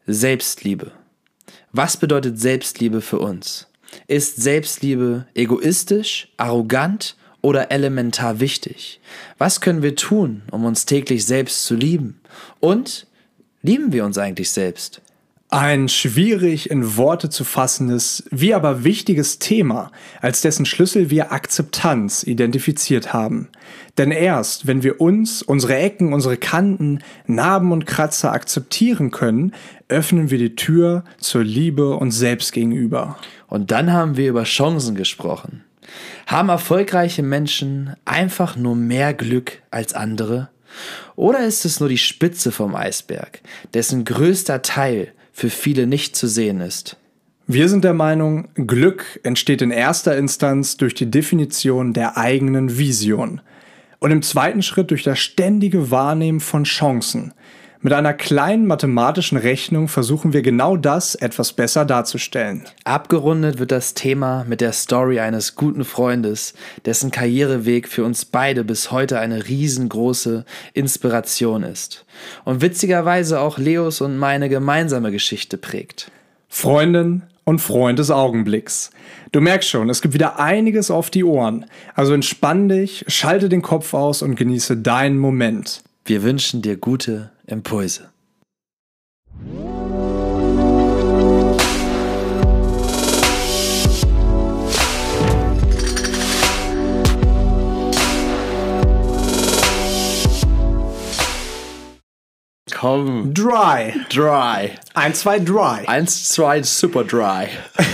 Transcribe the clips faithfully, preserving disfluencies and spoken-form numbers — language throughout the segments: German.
Selbstliebe. Was bedeutet Selbstliebe für uns? Ist Selbstliebe egoistisch, arrogant oder elementar wichtig? Was können wir tun, um uns täglich selbst zu lieben? Und lieben wir uns eigentlich selbst? Ein schwierig in Worte zu fassendes, wie aber wichtiges Thema, als dessen Schlüssel wir Akzeptanz identifiziert haben. Denn erst, wenn wir uns, unsere Ecken, unsere Kanten, Narben und Kratzer akzeptieren können, öffnen wir die Tür zur Liebe uns selbst gegenüber. Und dann haben wir über Chancen gesprochen. Haben erfolgreiche Menschen einfach nur mehr Glück als andere? Oder ist es nur die Spitze vom Eisberg, dessen größter Teil für viele nicht zu sehen ist? Wir sind der Meinung, Glück entsteht in erster Instanz durch die Definition der eigenen Vision und im zweiten Schritt durch das ständige Wahrnehmen von Chancen. Mit einer kleinen mathematischen Rechnung versuchen wir genau das etwas besser darzustellen. Abgerundet wird das Thema mit der Story eines guten Freundes, dessen Karriereweg für uns beide bis heute eine riesengroße Inspiration ist. Und witzigerweise auch Leos und meine gemeinsame Geschichte prägt. Freundin und Freund des Augenblicks. Du merkst schon, es gibt wieder einiges auf die Ohren. Also entspann dich, schalte den Kopf aus und genieße deinen Moment. Wir wünschen dir gute Impulse. Komm. Dry. Dry. Eins, zwei, dry. Eins, zwei, super dry.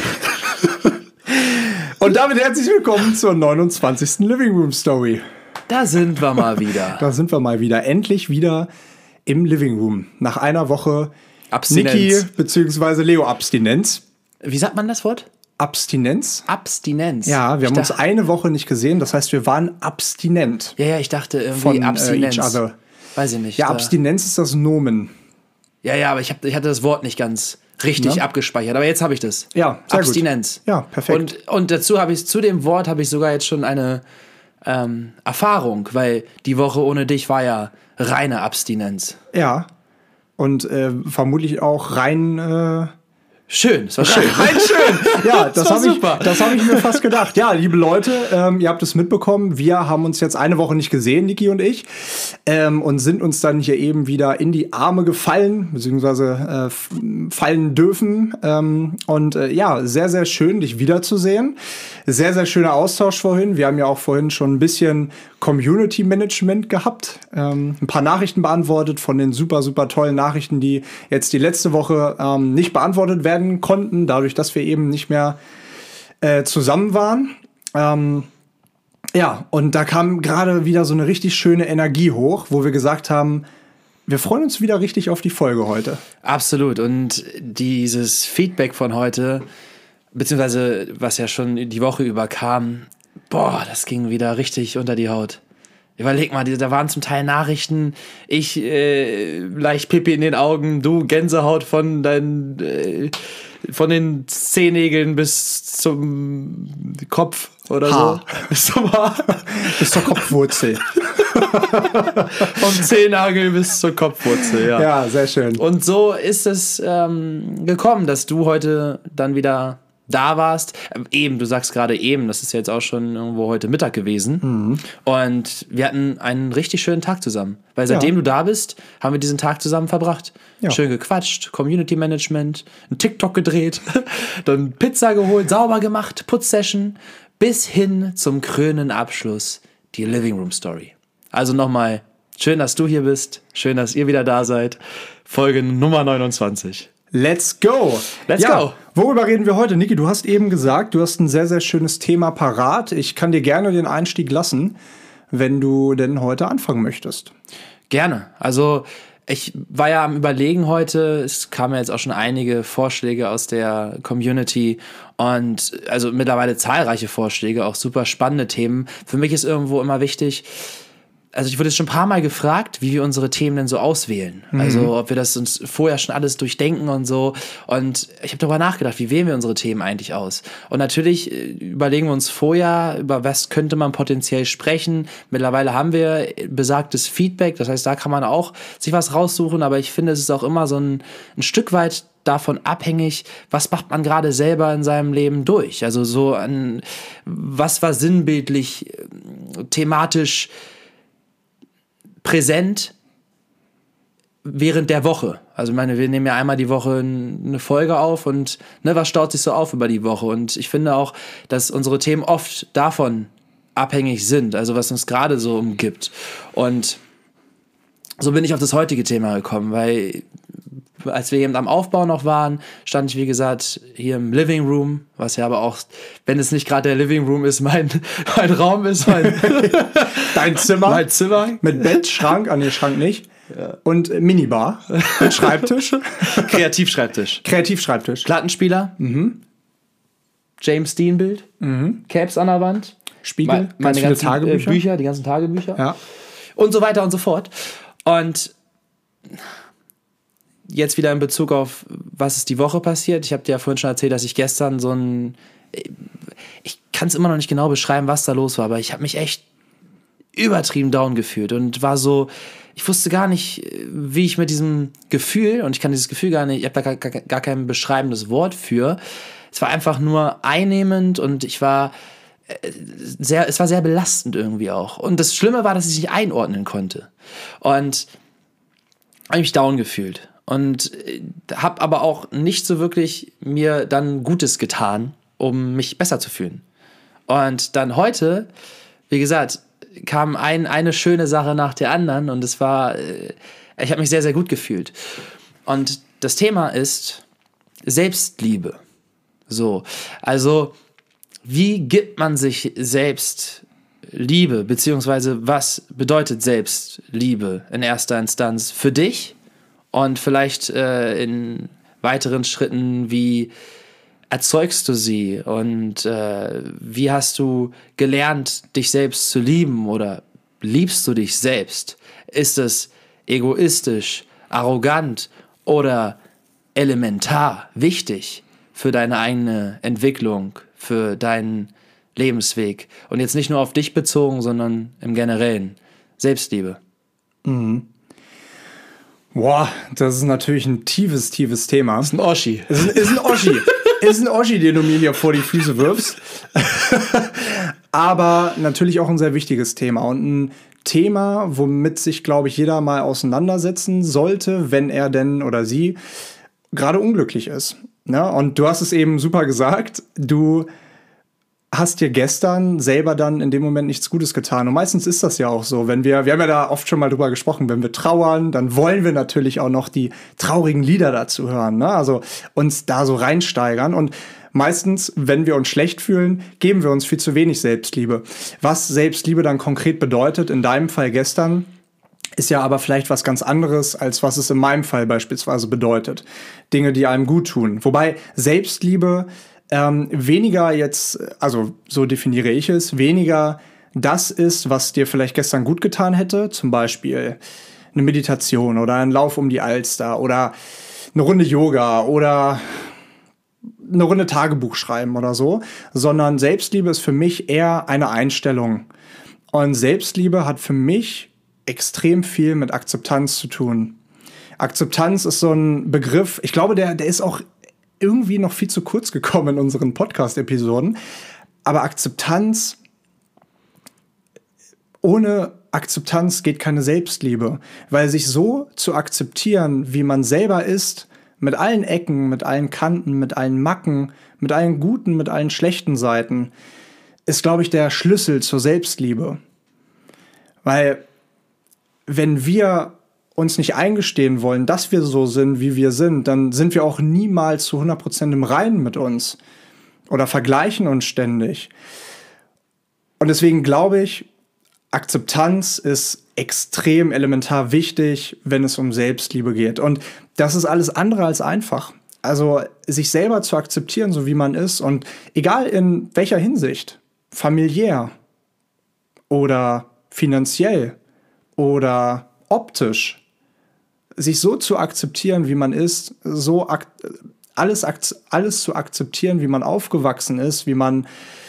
Und damit herzlich willkommen zur neunundzwanzigsten Living Room Story. Da sind wir mal wieder. Da sind wir mal wieder. Endlich wieder im Living Room. Nach einer Woche Abstinenz. Niki bzw. Leo Abstinenz. Wie sagt man das Wort? Abstinenz? Abstinenz. Ja, wir ich haben dachte, uns eine Woche nicht gesehen. Das heißt, wir waren abstinent. Ja, ja, ich dachte irgendwie von Abstinenz. Äh, each other. Weiß ich nicht. Ja, da. Abstinenz ist das Nomen. Ja, ja, aber ich, hab, ich hatte das Wort nicht ganz richtig Ne? abgespeichert. Aber jetzt habe ich das. Ja, sehr Abstinenz. gut. Ja, perfekt. Und, und dazu habe ich, zu dem Wort habe ich sogar jetzt schon eine ähm, Erfahrung, weil die Woche ohne dich war ja reine Abstinenz. Ja. Und äh, vermutlich auch rein... Äh Schön, es war schön. Rein schön. Ja, das, Das war habe ich, super. das hab ich mir fast gedacht. Ja, liebe Leute, ähm, ihr habt es mitbekommen. Wir haben uns jetzt eine Woche nicht gesehen, Niki und ich, ähm, und sind uns dann hier eben wieder in die Arme gefallen, beziehungsweise äh, fallen dürfen. Ähm, und äh, ja, sehr, sehr schön, dich wiederzusehen. Sehr, sehr schöner Austausch vorhin. Wir haben ja auch vorhin schon ein bisschen Community Management gehabt. Ähm, ein paar Nachrichten beantwortet von den super, super tollen Nachrichten, die jetzt die letzte Woche ähm, nicht beantwortet werden konnten, dadurch, dass wir eben nicht mehr äh, zusammen waren. Ähm, ja, und da kam gerade wieder so eine richtig schöne Energie hoch, wo wir gesagt haben, wir freuen uns wieder richtig auf die Folge heute. Absolut. Und dieses Feedback von heute, beziehungsweise was ja schon die Woche über kam, boah, das ging wieder richtig unter die Haut. Überleg mal, da waren zum Teil Nachrichten, ich äh, leicht Pipi in den Augen, du Gänsehaut von deinen, äh, von den Zehennägeln bis zum Kopf oder Haar. so. Bis zum Haar. Bis zur Kopfwurzel. Vom Zehennagel bis zur Kopfwurzel, ja. Ja, sehr schön. Und so ist es ähm, gekommen, dass du heute dann wieder da warst. Eben, du sagst gerade eben, das ist jetzt auch schon irgendwo heute Mittag gewesen. Mhm. Und wir hatten einen richtig schönen Tag zusammen. Weil seitdem Ja. du da bist, haben wir diesen Tag zusammen verbracht. Ja. Schön gequatscht, Community Management, ein TikTok gedreht, dann Pizza geholt, sauber gemacht, Putzsession, bis hin zum krönenden Abschluss, die Living Room Story. Also nochmal, schön, dass du hier bist, schön, dass ihr wieder da seid. Folge Nummer neunundzwanzig. Let's go! Let's ja, go! Worüber reden wir heute? Niki, du hast eben gesagt, du hast ein sehr, sehr schönes Thema parat. Ich kann dir gerne den Einstieg lassen, wenn du denn heute anfangen möchtest. Gerne. Also ich war ja am Überlegen heute, es kamen ja jetzt auch schon einige Vorschläge aus der Community und also mittlerweile zahlreiche Vorschläge, auch super spannende Themen. Für mich ist irgendwo immer wichtig, also ich wurde jetzt schon ein paar Mal gefragt, wie wir unsere Themen denn so auswählen. Mhm. Also ob wir das uns vorher schon alles durchdenken und so. Und ich habe darüber nachgedacht, wie wählen wir unsere Themen eigentlich aus? Und natürlich überlegen wir uns vorher, über was könnte man potenziell sprechen. Mittlerweile haben wir besagtes Feedback, das heißt, da kann man auch sich was raussuchen. Aber ich finde, es ist auch immer so ein, ein Stück weit davon abhängig, was macht man gerade selber in seinem Leben durch. Also so an, was war sinnbildlich, thematisch präsent während der Woche. Also ich meine, wir nehmen ja einmal die Woche eine Folge auf und ne, was staut sich so auf über die Woche? Und ich finde auch, dass unsere Themen oft davon abhängig sind, also was uns gerade so umgibt. Und so bin ich auf das heutige Thema gekommen, weil als wir eben am Aufbau noch waren, stand ich, wie gesagt, hier im Living Room, was ja aber auch, wenn es nicht gerade der Living Room ist, mein, mein Raum ist, mein dein Zimmer. Mein Zimmer. Mit Bett, Schrank, an den Schrank nicht. Ja. Und Minibar. Mit Schreibtisch. Kreativschreibtisch. Kreativschreibtisch. Plattenspieler. Mhm. James Dean Bild. Mhm. Caps an der Wand. Spiegel. Me- meine ganzen Tagebücher. Äh, Bücher, die ganzen Tagebücher. Ja. Und so weiter und so fort. Und jetzt wieder in Bezug auf, was ist die Woche passiert. Ich habe dir ja vorhin schon erzählt, dass ich gestern so ein... Ich kann es immer noch nicht genau beschreiben, was da los war, aber ich habe mich echt übertrieben down gefühlt und war so... Ich wusste gar nicht, wie ich mit diesem Gefühl, und ich kann dieses Gefühl gar nicht, ich habe da gar, gar, gar kein beschreibendes Wort für. Es war einfach nur einnehmend und ich war sehr, es war sehr belastend irgendwie auch. Und das Schlimme war, dass ich es nicht einordnen konnte. Und habe mich down gefühlt. Und habe aber auch nicht so wirklich mir dann Gutes getan, um mich besser zu fühlen. Und dann heute, wie gesagt, kam ein, eine schöne Sache nach der anderen und es war, ich habe mich sehr, sehr gut gefühlt. Und das Thema ist Selbstliebe. So, also wie gibt man sich selbst Liebe, beziehungsweise was bedeutet Selbstliebe in erster Instanz für dich? Und vielleicht äh, in weiteren Schritten, wie erzeugst du sie und äh, wie hast du gelernt, dich selbst zu lieben oder liebst du dich selbst? Ist es egoistisch, arrogant oder elementar wichtig für deine eigene Entwicklung, für deinen Lebensweg? Und jetzt nicht nur auf dich bezogen, sondern im Generellen. Selbstliebe. Mhm. Boah, das ist natürlich ein tiefes, tiefes Thema. Das ist ein Oschi. Ist, ist ein Oschi. Ist ein Oschi, den du mir hier vor die Füße wirfst. Aber natürlich auch ein sehr wichtiges Thema. Und ein Thema, womit sich, glaube ich, jeder mal auseinandersetzen sollte, wenn er denn oder sie gerade unglücklich ist. Ja, und du hast es eben super gesagt. Du hast dir gestern selber dann in dem Moment nichts Gutes getan. Und meistens ist das ja auch so. Wenn wir, wir haben ja da oft schon mal drüber gesprochen, wenn wir trauern, dann wollen wir natürlich auch noch die traurigen Lieder dazu hören, ne? Also uns da so reinsteigern. Und meistens, wenn wir uns schlecht fühlen, geben wir uns viel zu wenig Selbstliebe. Was Selbstliebe dann konkret bedeutet, in deinem Fall gestern, ist ja aber vielleicht was ganz anderes, als was es in meinem Fall beispielsweise bedeutet. Dinge, die einem gut tun. Wobei Selbstliebe Ähm, weniger jetzt, also so definiere ich es, weniger das ist, was dir vielleicht gestern gut getan hätte, zum Beispiel eine Meditation oder ein Lauf um die Alster oder eine Runde Yoga oder eine Runde Tagebuch schreiben oder so, sondern Selbstliebe ist für mich eher eine Einstellung. Und Selbstliebe hat für mich extrem viel mit Akzeptanz zu tun. Akzeptanz ist so ein Begriff, ich glaube, der, der ist auch irgendwie noch viel zu kurz gekommen in unseren Podcast-Episoden. Aber Akzeptanz, ohne Akzeptanz geht keine Selbstliebe. Weil sich so zu akzeptieren, wie man selber ist, mit allen Ecken, mit allen Kanten, mit allen Macken, mit allen guten, mit allen schlechten Seiten, ist, glaube ich, der Schlüssel zur Selbstliebe. Weil wenn wir uns nicht eingestehen wollen, dass wir so sind, wie wir sind, dann sind wir auch niemals zu hundert Prozent im Reinen mit uns oder vergleichen uns ständig. Und deswegen glaube ich, Akzeptanz ist extrem elementar wichtig, wenn es um Selbstliebe geht. Und das ist alles andere als einfach. Also sich selber zu akzeptieren, so wie man ist und egal in welcher Hinsicht, familiär oder finanziell oder optisch, sich so zu akzeptieren, wie man ist, so ak- alles, ak- alles zu akzeptieren, wie man aufgewachsen ist, wie man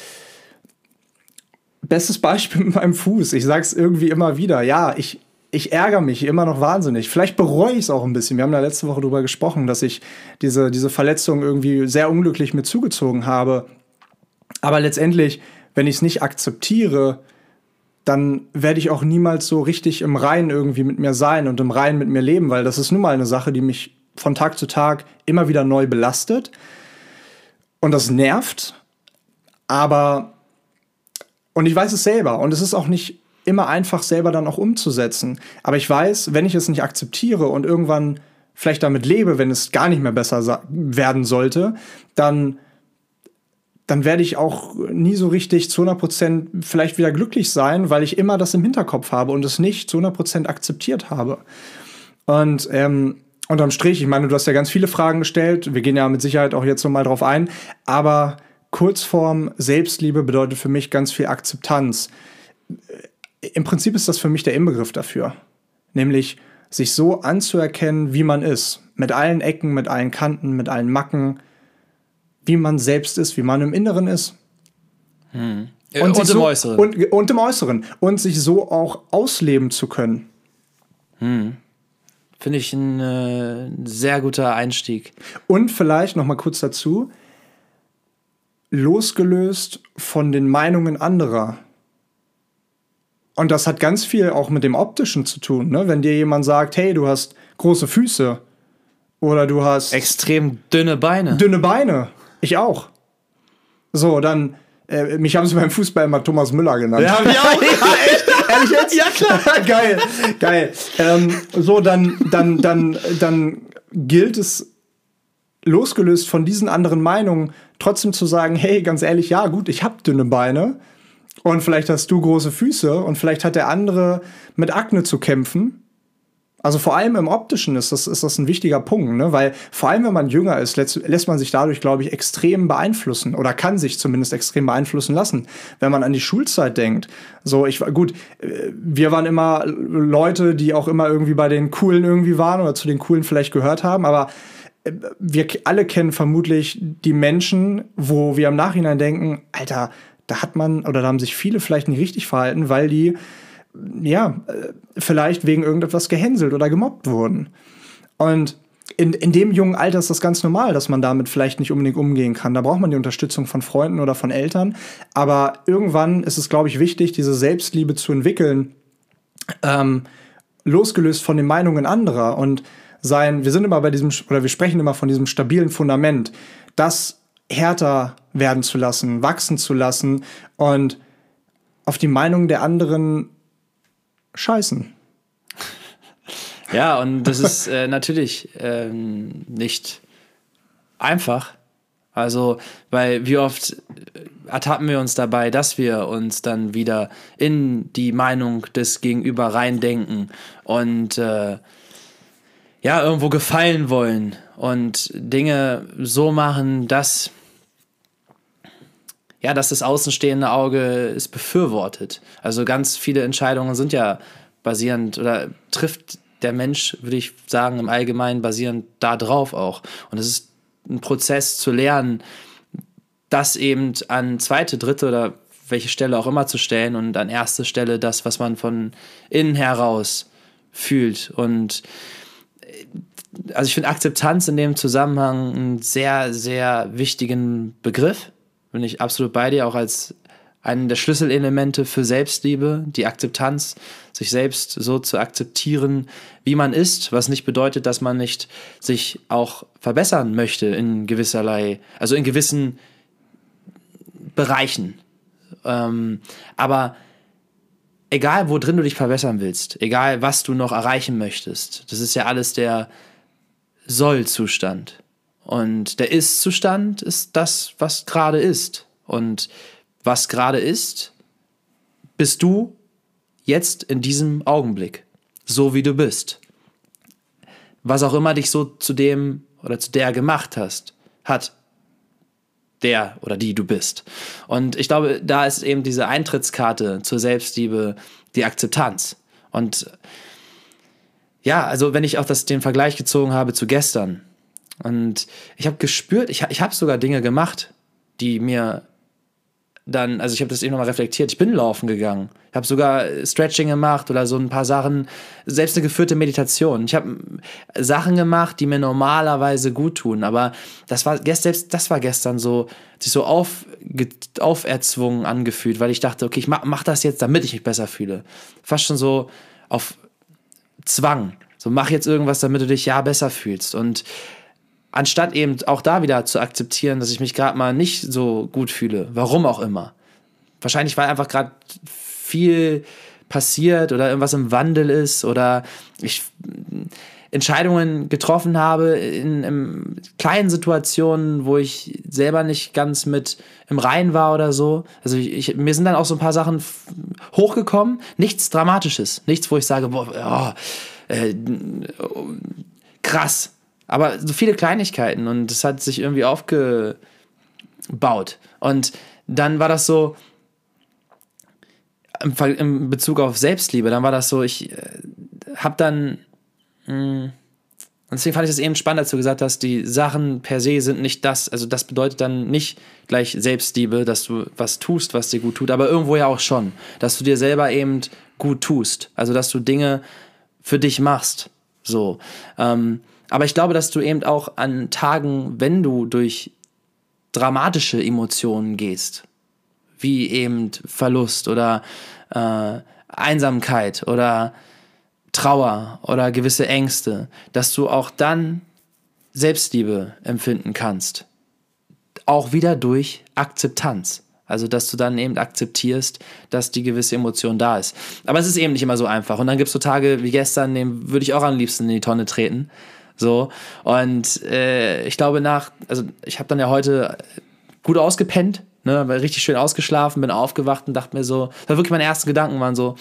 bestes Beispiel mit meinem Fuß. Ich sag's irgendwie immer wieder. Ja, ich, ich ärgere mich immer noch wahnsinnig. Vielleicht bereue ich es auch ein bisschen. Wir haben da letzte Woche drüber gesprochen, dass ich diese, diese Verletzung irgendwie sehr unglücklich mit zugezogen habe. Aber letztendlich, wenn ich es nicht akzeptiere, dann werde ich auch niemals so richtig im Reinen irgendwie mit mir sein und im Reinen mit mir leben, weil das ist nun mal eine Sache, die mich von Tag zu Tag immer wieder neu belastet. Und das nervt. Aber Und ich weiß es selber. Und es ist auch nicht immer einfach, selber dann auch umzusetzen. Aber ich weiß, wenn ich es nicht akzeptiere und irgendwann vielleicht damit lebe, wenn es gar nicht mehr besser werden sollte, dann, dann werde ich auch nie so richtig zu hundert Prozent vielleicht wieder glücklich sein, weil ich immer das im Hinterkopf habe und es nicht zu hundert Prozent akzeptiert habe. Und ähm, unterm Strich, ich meine, du hast ja ganz viele Fragen gestellt. Wir gehen ja mit Sicherheit auch jetzt noch mal drauf ein. Aber Kurzform Selbstliebe bedeutet für mich ganz viel Akzeptanz. Im Prinzip ist das für mich der Inbegriff dafür. Nämlich sich so anzuerkennen, wie man ist. Mit allen Ecken, mit allen Kanten, mit allen Macken. Wie man selbst ist, wie man im Inneren ist. Hm. Und, und im so, Äußeren. Und, und im Äußeren. Und sich so auch ausleben zu können. Hm. Finde ich ein äh, sehr guter Einstieg. Und vielleicht noch mal kurz dazu, losgelöst von den Meinungen anderer. Und das hat ganz viel auch mit dem Optischen zu tun, ne? Wenn dir jemand sagt, hey, du hast große Füße oder du hast extrem dünne Beine. Dünne Beine. Ich auch. So, dann, äh, mich haben sie beim Fußball immer Thomas Müller genannt. Ja, ich auch. Ja, echt? Ehrlich jetzt? Ja, klar. Geil, geil. Ähm, so, dann, dann, dann, dann gilt es, losgelöst von diesen anderen Meinungen, trotzdem zu sagen, hey, ganz ehrlich, ja, gut, ich habe dünne Beine und vielleicht hast du große Füße und vielleicht hat der andere mit Akne zu kämpfen. Also vor allem im Optischen ist das, ist das ein wichtiger Punkt, ne? Weil vor allem, wenn man jünger ist, lässt, lässt man sich dadurch, glaube ich, extrem beeinflussen oder kann sich zumindest extrem beeinflussen lassen, wenn man an die Schulzeit denkt. So, ich gut, wir waren immer Leute, die auch immer irgendwie bei den Coolen irgendwie waren oder zu den Coolen vielleicht gehört haben, aber wir alle kennen vermutlich die Menschen, wo wir im Nachhinein denken, Alter, da hat man oder da haben sich viele vielleicht nicht richtig verhalten, weil die ja, vielleicht wegen irgendetwas gehänselt oder gemobbt wurden. Und in, in dem jungen Alter ist das ganz normal, dass man damit vielleicht nicht unbedingt umgehen kann. Da braucht man die Unterstützung von Freunden oder von Eltern. Aber irgendwann ist es, glaube ich, wichtig, diese Selbstliebe zu entwickeln, ähm, losgelöst von den Meinungen anderer. Und sein, wir sind immer bei diesem, oder wir sprechen immer von diesem stabilen Fundament, das härter werden zu lassen, wachsen zu lassen und auf die Meinung der anderen scheißen. Ja, und das ist äh, natürlich ähm, nicht einfach. Also, weil wie oft ertappen wir uns dabei, dass wir uns dann wieder in die Meinung des Gegenüber reindenken und äh, ja, irgendwo gefallen wollen und Dinge so machen, dass ja, dass das außenstehende Auge es befürwortet. Also ganz viele Entscheidungen sind ja basierend oder trifft der Mensch, würde ich sagen, im Allgemeinen basierend darauf auch. Und es ist ein Prozess zu lernen, das eben an zweite, dritte oder welche Stelle auch immer zu stellen und an erste Stelle das, was man von innen heraus fühlt. Und also ich finde Akzeptanz in dem Zusammenhang einen sehr, sehr wichtigen Begriff. Bin ich absolut bei dir, auch als einen der Schlüsselelemente für Selbstliebe, die Akzeptanz, sich selbst so zu akzeptieren, wie man ist, was nicht bedeutet, dass man nicht sich auch verbessern möchte in gewisserlei, also in gewissen Bereichen. Ähm, aber egal, wo drin du dich verbessern willst, egal, was du noch erreichen möchtest, das ist ja alles der Soll-Zustand. Und der Ist-Zustand ist das, was gerade ist. Und was gerade ist, bist du jetzt in diesem Augenblick. So wie du bist. Was auch immer dich so zu dem oder zu der gemacht hast, hat der oder die du bist. Und ich glaube, da ist eben diese Eintrittskarte zur Selbstliebe die Akzeptanz. Und ja, also wenn ich auch das, den Vergleich gezogen habe zu gestern und ich habe gespürt, ich, ich habe sogar Dinge gemacht, die mir dann, also ich habe das eben nochmal reflektiert, ich bin laufen gegangen, ich habe sogar Stretching gemacht oder so ein paar Sachen, selbst eine geführte Meditation. Ich habe Sachen gemacht, die mir normalerweise gut tun, aber das war selbst das war gestern so, sich so auf, auferzwungen angefühlt, weil ich dachte, okay, ich mach, mach das jetzt, damit ich mich besser fühle. Fast schon so auf Zwang. So, mach jetzt irgendwas, damit du dich ja besser fühlst. Und anstatt eben auch da wieder zu akzeptieren, dass ich mich gerade mal nicht so gut fühle, warum auch immer. Wahrscheinlich, weil einfach gerade viel passiert oder irgendwas im Wandel ist oder ich Entscheidungen getroffen habe in, in kleinen Situationen, wo ich selber nicht ganz mit im Reinen war oder so. Also ich, ich, mir sind dann auch so ein paar Sachen hochgekommen. Nichts Dramatisches. Nichts, wo ich sage, boah, oh, äh, krass. Aber so viele Kleinigkeiten und es hat sich irgendwie aufgebaut. Und dann war das so, im, im Bezug auf Selbstliebe, dann war das so, ich äh, habe dann, mh, und deswegen fand ich das eben spannend, als du gesagt hast, die Sachen per se sind nicht das, also das bedeutet dann nicht gleich Selbstliebe, dass du was tust, was dir gut tut, aber irgendwo ja auch schon, dass du dir selber eben gut tust, also dass du Dinge für dich machst, so, ähm, aber ich glaube, dass du eben auch an Tagen, wenn du durch dramatische Emotionen gehst, wie eben Verlust oder äh, Einsamkeit oder Trauer oder gewisse Ängste, dass du auch dann Selbstliebe empfinden kannst. Auch wieder durch Akzeptanz. Also, dass du dann eben akzeptierst, dass die gewisse Emotion da ist. Aber es ist eben nicht immer so einfach. Und dann gibt es so Tage wie gestern, dem würde ich auch am liebsten in die Tonne treten. So, und äh, ich glaube nach, also ich habe dann ja heute gut ausgepennt, ne, war richtig schön ausgeschlafen, bin aufgewacht und dachte mir so, das war wirklich meine ersten Gedanken waren so,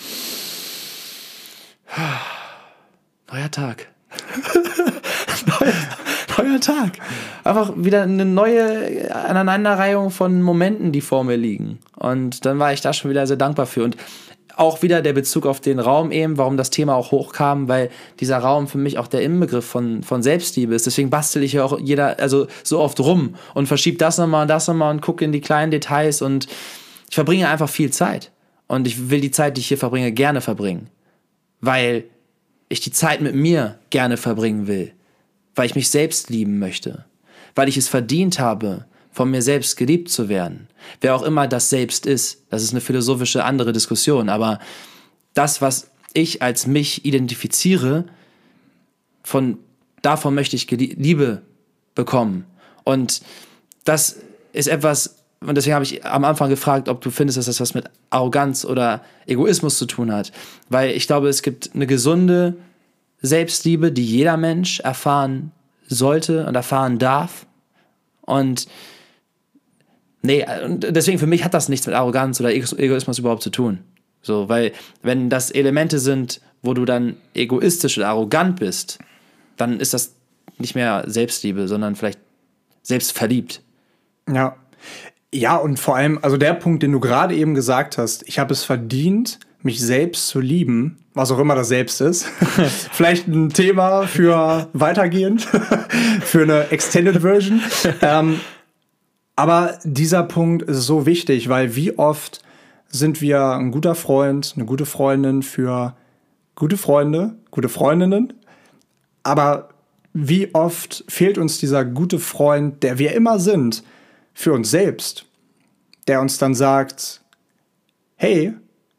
neuer Tag. neuer, neuer Tag. Einfach wieder eine neue Aneinanderreihung von Momenten, die vor mir liegen. Und dann war ich da schon wieder sehr dankbar für. Und auch wieder der Bezug auf den Raum eben, warum das Thema auch hochkam, weil dieser Raum für mich auch der Inbegriff von, von Selbstliebe ist. Deswegen bastel ich ja auch jeder, also so oft rum und verschiebe das nochmal und das nochmal und gucke in die kleinen Details und ich verbringe einfach viel Zeit. Und ich will die Zeit, die ich hier verbringe, gerne verbringen. Weil ich die Zeit mit mir gerne verbringen will. Weil ich mich selbst lieben möchte. Weil ich es verdient habe, von mir selbst geliebt zu werden. Wer auch immer das Selbst ist, das ist eine philosophische andere Diskussion, aber das, was ich als mich identifiziere, von davon möchte ich Liebe bekommen. Und das ist etwas, und deswegen habe ich am Anfang gefragt, ob du findest, dass das was mit Arroganz oder Egoismus zu tun hat. Weil ich glaube, es gibt eine gesunde Selbstliebe, die jeder Mensch erfahren sollte und erfahren darf. Und nee, und deswegen für mich hat das nichts mit Arroganz oder Egoismus überhaupt zu tun. So, weil wenn das Elemente sind, wo du dann egoistisch oder arrogant bist, dann ist das nicht mehr Selbstliebe, sondern vielleicht selbstverliebt. Ja. Ja, und vor allem, also der Punkt, den du gerade eben gesagt hast, ich habe es verdient, mich selbst zu lieben, was auch immer das Selbst ist. Vielleicht ein Thema für weitergehend, für eine Extended Version. ähm, aber dieser Punkt ist so wichtig, weil wie oft sind wir ein guter Freund, eine gute Freundin für gute Freunde, gute Freundinnen, aber wie oft fehlt uns dieser gute Freund, der wir immer sind, für uns selbst, der uns dann sagt, hey,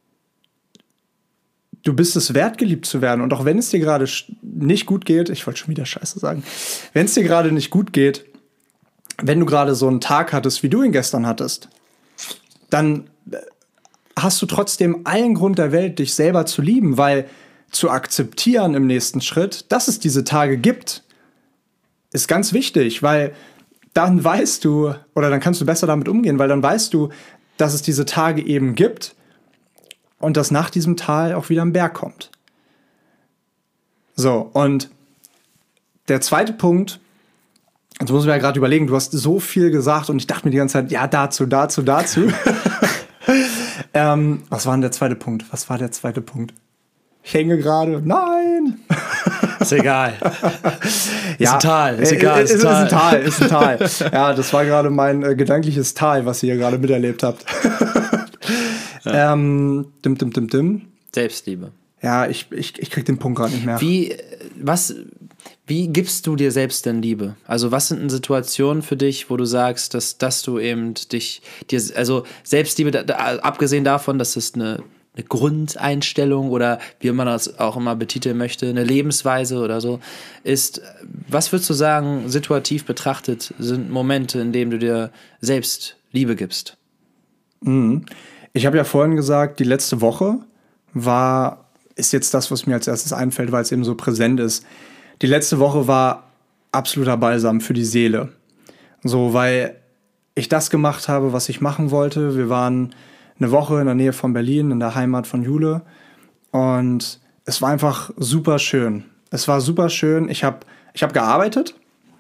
du bist es wert, geliebt zu werden. Und auch wenn es dir gerade nicht gut geht, ich wollte schon wieder Scheiße sagen, wenn es dir gerade nicht gut geht, wenn du gerade so einen Tag hattest, wie du ihn gestern hattest, dann hast du trotzdem allen Grund der Welt, dich selber zu lieben, weil zu akzeptieren im nächsten Schritt, dass es diese Tage gibt, ist ganz wichtig, weil dann weißt du, oder dann kannst du besser damit umgehen, weil dann weißt du, dass es diese Tage eben gibt und dass nach diesem Tal auch wieder ein Berg kommt. So, und der zweite Punkt, jetzt muss ich mir ja gerade überlegen, du hast so viel gesagt und ich dachte mir die ganze Zeit, ja, dazu, dazu, dazu. ähm, was war denn der zweite Punkt? Was war der zweite Punkt? Ich hänge gerade. Nein! Ist egal. Ja, ist ein Tal. Ist egal. Ist, ist, ist ein Tal. Ist ein Tal. Ja, das war gerade mein äh, gedankliches Tal, was ihr hier gerade miterlebt habt. Ja. ähm, dim, dim, dim, dim. Selbstliebe. Ja, ich, ich, ich krieg den Punkt gerade nicht mehr. Wie, was, wie gibst du dir selbst denn Liebe? Also was sind denn Situationen für dich, wo du sagst, dass, dass du eben dich, dir, also Selbstliebe, da, da, abgesehen davon, dass es eine, eine Grundeinstellung oder wie man das auch immer betiteln möchte, eine Lebensweise oder so, ist, was würdest du sagen, situativ betrachtet, sind Momente, in denen du dir selbst Liebe gibst? Mhm. Ich habe ja vorhin gesagt, die letzte Woche war... ist jetzt das, was mir als erstes einfällt, weil es eben so präsent ist. Die letzte Woche war absoluter Balsam für die Seele. So, weil ich das gemacht habe, was ich machen wollte. Wir waren eine Woche in der Nähe von Berlin, in der Heimat von Jule. Und es war einfach super schön. Es war super schön. Ich habe ich hab gearbeitet.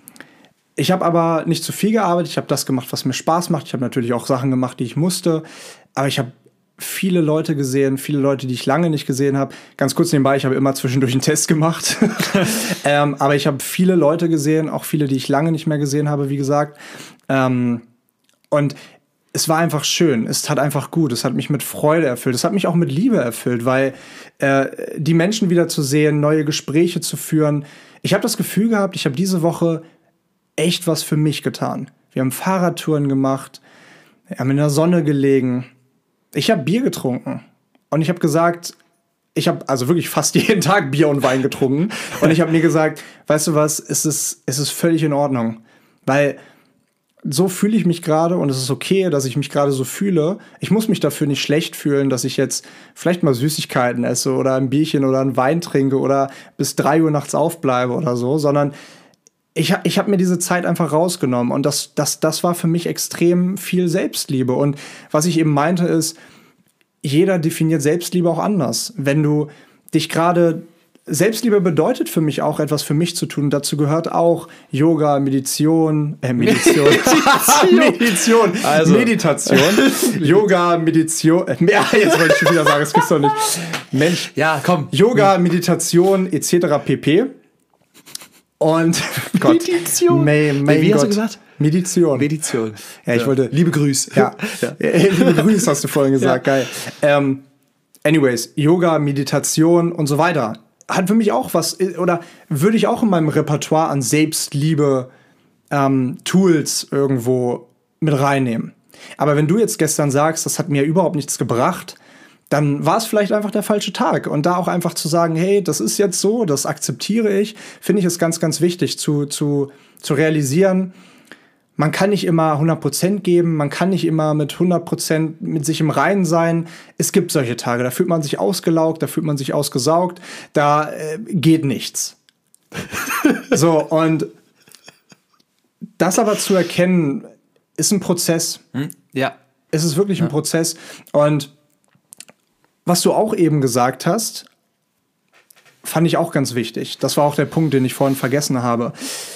Ich habe aber nicht zu viel gearbeitet. Ich habe das gemacht, was mir Spaß macht. Ich habe natürlich auch Sachen gemacht, die ich musste. Aber ich habe viele Leute gesehen, viele Leute, die ich lange nicht gesehen habe. Ganz kurz nebenbei, ich habe immer zwischendurch einen Test gemacht. ähm, aber ich habe viele Leute gesehen, auch viele, die ich lange nicht mehr gesehen habe, wie gesagt. Ähm, und es war einfach schön. Es tat einfach gut. Es hat mich mit Freude erfüllt. Es hat mich auch mit Liebe erfüllt, weil äh, die Menschen wieder zu sehen, neue Gespräche zu führen. Ich habe das Gefühl gehabt, ich habe diese Woche echt was für mich getan. Wir haben Fahrradtouren gemacht, wir haben in der Sonne gelegen. Ich habe Bier getrunken und ich habe gesagt, ich habe also wirklich fast jeden Tag Bier und Wein getrunken und ich habe mir gesagt, weißt du was, es ist, es ist völlig in Ordnung, weil so fühle ich mich gerade und es ist okay, dass ich mich gerade so fühle. Ich muss mich dafür nicht schlecht fühlen, dass ich jetzt vielleicht mal Süßigkeiten esse oder ein Bierchen oder einen Wein trinke oder bis drei Uhr nachts aufbleibe oder so, sondern Ich, ich habe mir diese Zeit einfach rausgenommen und das, das, das war für mich extrem viel Selbstliebe. Und was ich eben meinte ist, jeder definiert Selbstliebe auch anders. Wenn du dich gerade, Selbstliebe bedeutet für mich auch etwas für mich zu tun. Dazu gehört auch Yoga, Meditation, äh, Meditation, Meditation, also. Meditation, Yoga, Meditation, äh, jetzt wollte ich schon wieder sagen, das gibt's doch nicht. Mensch, ja, komm. Yoga, Meditation et cetera pp. Und Gott, Meditation. May, May Wie Gott. hast du gesagt? Meditation. Meditation. Ja, ich ja. wollte. Liebe Grüße. Ja. ja. Liebe Grüße hast du vorhin gesagt. Ja. Geil. Ähm, anyways, Yoga, Meditation und so weiter. Hat für mich auch was, oder würde ich auch in meinem Repertoire an Selbstliebe ähm, Tools irgendwo mit reinnehmen. Aber wenn du jetzt gestern sagst, das hat mir überhaupt nichts gebracht, dann war es vielleicht einfach der falsche Tag. Und da auch einfach zu sagen, hey, das ist jetzt so, das akzeptiere ich, finde ich es ganz, ganz wichtig zu, zu, zu realisieren, man kann nicht immer hundert Prozent geben, man kann nicht immer mit hundert Prozent mit sich im Reinen sein. Es gibt solche Tage, da fühlt man sich ausgelaugt, da fühlt man sich ausgesaugt, da äh, geht nichts. So, und das aber zu erkennen, ist ein Prozess. Hm? Ja. Es ist wirklich ja. ein Prozess. Und was du auch eben gesagt hast, fand ich auch ganz wichtig. Das war auch der Punkt, den ich vorhin vergessen habe.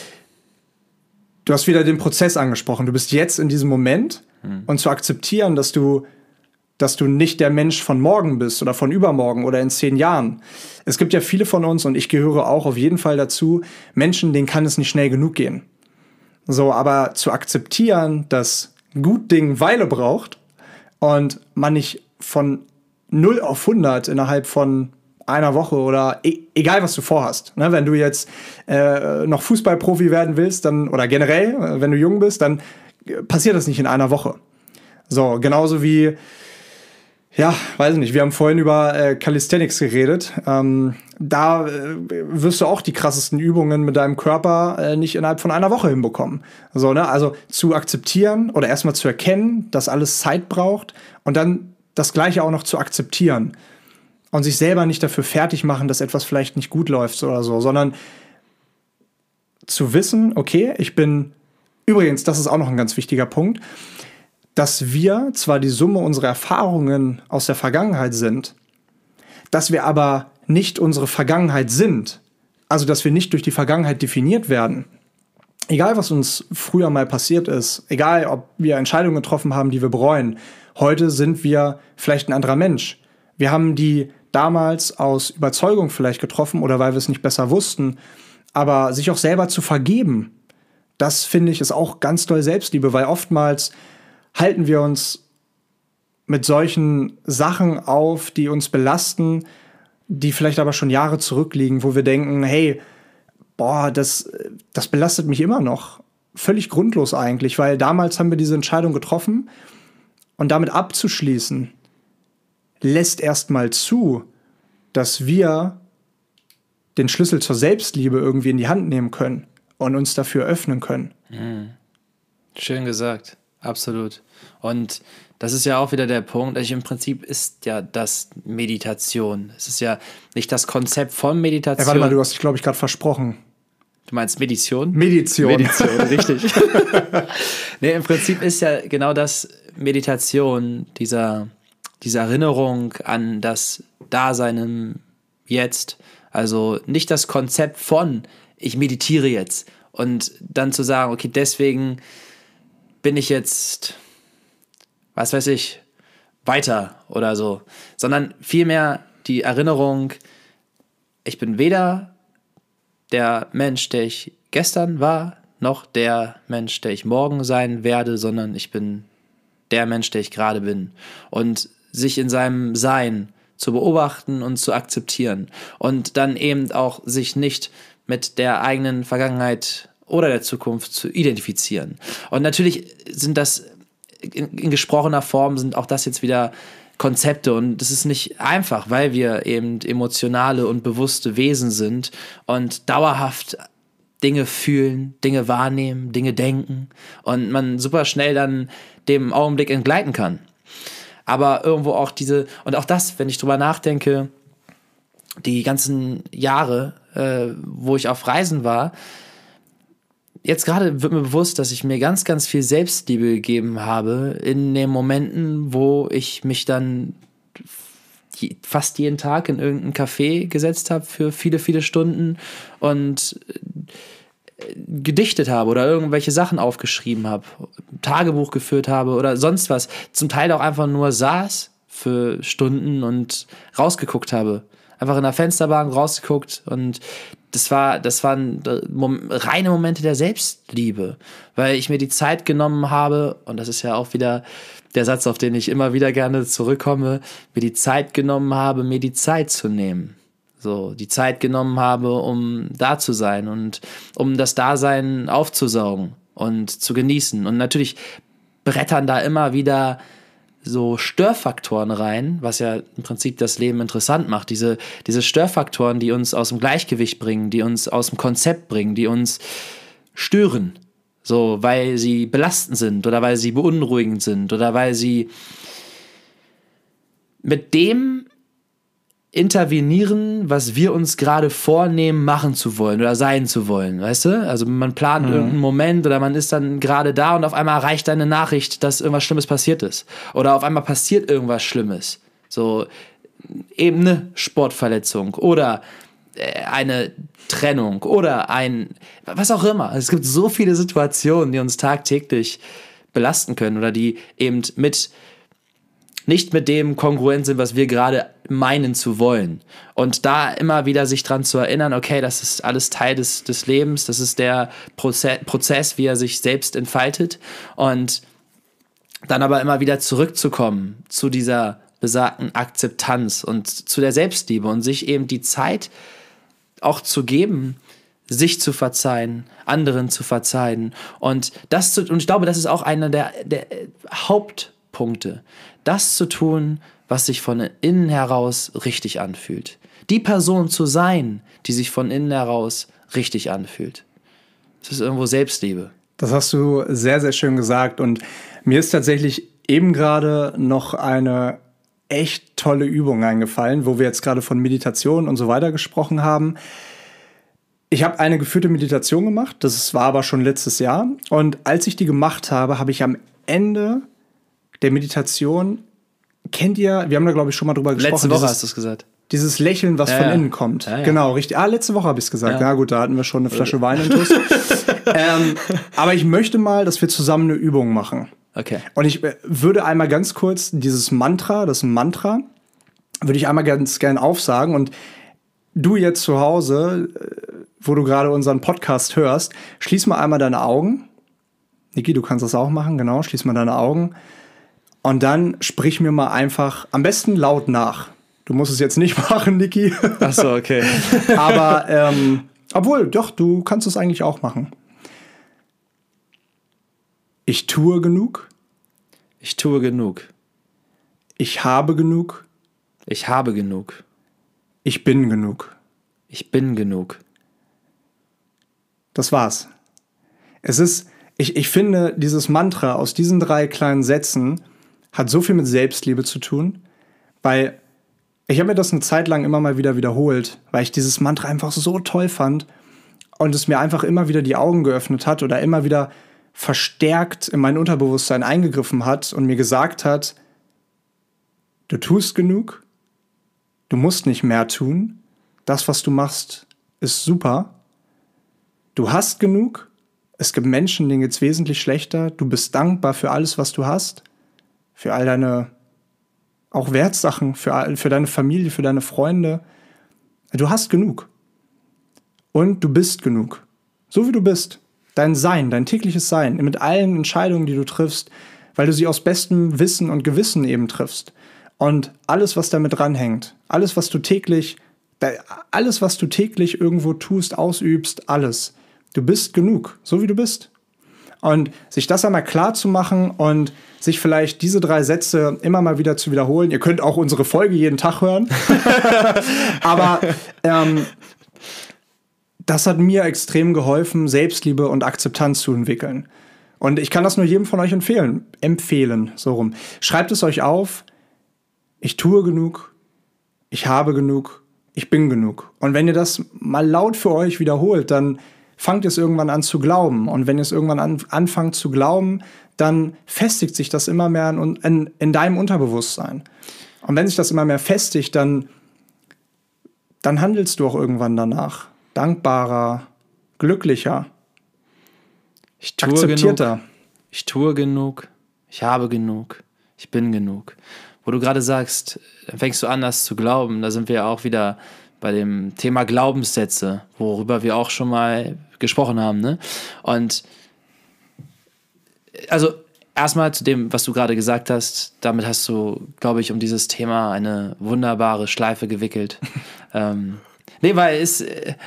Du hast wieder den Prozess angesprochen. Du bist jetzt in diesem Moment hm. und zu akzeptieren, dass du, dass du nicht der Mensch von morgen bist oder von übermorgen oder in zehn Jahren. Es gibt ja viele von uns, und ich gehöre auch auf jeden Fall dazu, Menschen, denen kann es nicht schnell genug gehen. So, aber zu akzeptieren, dass gut Ding Weile braucht und man nicht von null auf hundert innerhalb von einer Woche oder e- egal, was du vorhast. Ne, wenn du jetzt äh, noch Fußballprofi werden willst, dann oder generell, äh, wenn du jung bist, dann äh, passiert das nicht in einer Woche. So, genauso wie, ja, weiß ich nicht, wir haben vorhin über äh, Calisthenics geredet. Ähm, da äh, wirst du auch die krassesten Übungen mit deinem Körper äh, nicht innerhalb von einer Woche hinbekommen. So, ne? Also zu akzeptieren oder erstmal zu erkennen, dass alles Zeit braucht und dann das Gleiche auch noch zu akzeptieren und sich selber nicht dafür fertig machen, dass etwas vielleicht nicht gut läuft oder so, sondern zu wissen, okay, ich bin, übrigens, das ist auch noch ein ganz wichtiger Punkt, dass wir zwar die Summe unserer Erfahrungen aus der Vergangenheit sind, dass wir aber nicht unsere Vergangenheit sind, also dass wir nicht durch die Vergangenheit definiert werden. Egal, was uns früher mal passiert ist, egal, ob wir Entscheidungen getroffen haben, die wir bereuen, heute sind wir vielleicht ein anderer Mensch. Wir haben die damals aus Überzeugung vielleicht getroffen oder weil wir es nicht besser wussten. Aber sich auch selber zu vergeben, das finde ich ist auch ganz doll Selbstliebe, weil oftmals halten wir uns mit solchen Sachen auf, die uns belasten, die vielleicht aber schon Jahre zurückliegen, wo wir denken, hey, boah, das, das belastet mich immer noch. Völlig grundlos eigentlich, weil damals haben wir diese Entscheidung getroffen und damit abzuschließen, lässt erstmal zu, dass wir den Schlüssel zur Selbstliebe irgendwie in die Hand nehmen können und uns dafür öffnen können. Mhm. Schön gesagt, absolut. Und das ist ja auch wieder der Punkt, also im Prinzip ist ja das Meditation. Es ist ja nicht das Konzept von Meditation. Ey, warte mal, du hast dich, glaube ich, gerade versprochen. Du meinst Medition? Medition. Medition, richtig. Nee, im Prinzip ist ja genau das Meditation, dieser, diese Erinnerung an das Dasein im Jetzt. Also nicht das Konzept von, ich meditiere jetzt und dann zu sagen, okay, deswegen bin ich jetzt, was weiß ich, weiter oder so, sondern vielmehr die Erinnerung, ich bin weder der Mensch, der ich gestern war, noch der Mensch, der ich morgen sein werde, sondern ich bin der Mensch, der ich gerade bin. Und sich in seinem Sein zu beobachten und zu akzeptieren und dann eben auch sich nicht mit der eigenen Vergangenheit oder der Zukunft zu identifizieren. Und natürlich sind das in, in gesprochener Form sind auch das jetzt wieder Konzepte und das ist nicht einfach, weil wir eben emotionale und bewusste Wesen sind und dauerhaft Dinge fühlen, Dinge wahrnehmen, Dinge denken und man super schnell dann dem Augenblick entgleiten kann. Aber irgendwo auch diese, und auch das, wenn ich drüber nachdenke, die ganzen Jahre, äh, wo ich auf Reisen war, jetzt gerade wird mir bewusst, dass ich mir ganz, ganz viel Selbstliebe gegeben habe in den Momenten, wo ich mich dann fast jeden Tag in irgendein Café gesetzt habe für viele, viele Stunden und gedichtet habe oder irgendwelche Sachen aufgeschrieben habe, Tagebuch geführt habe oder sonst was. Zum Teil auch einfach nur saß für Stunden und rausgeguckt habe. Einfach in der Fensterbank rausgeguckt und das war, das waren reine Momente der Selbstliebe, weil ich mir die Zeit genommen habe, und das ist ja auch wieder der Satz, auf den ich immer wieder gerne zurückkomme, mir die Zeit genommen habe, mir die Zeit zu nehmen. So, die Zeit genommen habe, um da zu sein und um das Dasein aufzusaugen und zu genießen. Und natürlich brettern da immer wieder so Störfaktoren rein, was ja im Prinzip das Leben interessant macht. Diese, diese Störfaktoren, die uns aus dem Gleichgewicht bringen, die uns aus dem Konzept bringen, die uns stören. So, weil sie belastend sind oder weil sie beunruhigend sind oder weil sie mit dem intervenieren, was wir uns gerade vornehmen, machen zu wollen oder sein zu wollen, weißt du? Also man plant mhm. irgendeinen Moment oder man ist dann gerade da und auf einmal erreicht eine Nachricht, dass irgendwas Schlimmes passiert ist. Oder auf einmal passiert irgendwas Schlimmes. So eben eine Sportverletzung oder eine Trennung oder ein, was auch immer. Es gibt so viele Situationen, die uns tagtäglich belasten können oder die eben mit nicht mit dem kongruent sind, was wir gerade meinen zu wollen. Und da immer wieder sich dran zu erinnern, okay, das ist alles Teil des, des Lebens, das ist der Proze- Prozess, wie er sich selbst entfaltet. Und dann aber immer wieder zurückzukommen zu dieser besagten Akzeptanz und zu der Selbstliebe und sich eben die Zeit auch zu geben, sich zu verzeihen, anderen zu verzeihen. Und das zu, und ich glaube, das ist auch einer der, der Hauptpunkte. Das zu tun, was sich von innen heraus richtig anfühlt. Die Person zu sein, die sich von innen heraus richtig anfühlt. Das ist irgendwo Selbstliebe. Das hast du sehr, sehr schön gesagt. Und mir ist tatsächlich eben gerade noch eine echt tolle Übung eingefallen, wo wir jetzt gerade von Meditation und so weiter gesprochen haben. Ich habe eine geführte Meditation gemacht, das war aber schon letztes Jahr. Und als ich die gemacht habe, habe ich am Ende der Meditation, kennt ihr, wir haben da glaube ich schon mal drüber gesprochen. Letzte Woche dieses, hast du es gesagt. Dieses Lächeln, was ja, von ja. innen kommt. Ja, ja. Genau, richtig. Ah, letzte Woche habe ich es gesagt. Ja. Na gut, da hatten wir schon eine Flasche Wein intus. ähm, aber ich möchte mal, dass wir zusammen eine Übung machen. Okay. Und ich würde einmal ganz kurz dieses Mantra, das ist ein Mantra, würde ich einmal ganz gern aufsagen. Und du jetzt zu Hause, wo du gerade unseren Podcast hörst, schließ mal einmal deine Augen. Niki, du kannst das auch machen, genau. Schließ mal deine Augen. Und dann sprich mir mal einfach, am besten laut nach. Du musst es jetzt nicht machen, Niki. Ach so, okay. Aber, ähm, obwohl, doch, du kannst es eigentlich auch machen. Ich tue genug. Ich tue genug. Ich habe genug. Ich habe genug. Ich bin genug. Ich bin genug. Das war's. Es ist, ich, ich finde, dieses Mantra aus diesen drei kleinen Sätzen hat so viel mit Selbstliebe zu tun, weil ich habe mir das eine Zeit lang immer mal wieder wiederholt, weil ich dieses Mantra einfach so toll fand und es mir einfach immer wieder die Augen geöffnet hat oder immer wieder verstärkt in mein Unterbewusstsein eingegriffen hat und mir gesagt hat, du tust genug, du musst nicht mehr tun, das, was du machst, ist super, du hast genug, es gibt Menschen, denen geht's wesentlich schlechter, du bist dankbar für alles, was du hast, für all deine auch Wertsachen, für, für deine Familie, für deine Freunde. Du hast genug. Und du bist genug. So wie du bist. Dein Sein, dein tägliches Sein, mit allen Entscheidungen, die du triffst, weil du sie aus bestem Wissen und Gewissen eben triffst. Und alles, was damit dranhängt, alles, was du täglich, alles, was du täglich irgendwo tust, ausübst, alles. Du bist genug, so wie du bist. Und sich das einmal klar zu machen und sich vielleicht diese drei Sätze immer mal wieder zu wiederholen. Ihr könnt auch unsere Folge jeden Tag hören. Aber ähm, das hat mir extrem geholfen, Selbstliebe und Akzeptanz zu entwickeln. Und ich kann das nur jedem von euch empfehlen. Empfehlen, so rum. Schreibt es euch auf. Ich tue genug. Ich habe genug. Ich bin genug. Und wenn ihr das mal laut für euch wiederholt, dann fangt es irgendwann an zu glauben. Und wenn es irgendwann an, anfangt zu glauben, dann festigt sich das immer mehr in, in, in deinem Unterbewusstsein. Und wenn sich das immer mehr festigt, dann, dann handelst du auch irgendwann danach. Dankbarer, glücklicher, ich tue akzeptierter. Genug, ich tue genug, ich habe genug, ich bin genug. Wo du gerade sagst, dann fängst du an, das zu glauben. Da sind wir ja auch wieder bei dem Thema Glaubenssätze, worüber wir auch schon mal gesprochen haben, ne? Und also erstmal zu dem, was du gerade gesagt hast, damit hast du, glaube ich, um dieses Thema eine wunderbare Schleife gewickelt. ähm, nee, weil es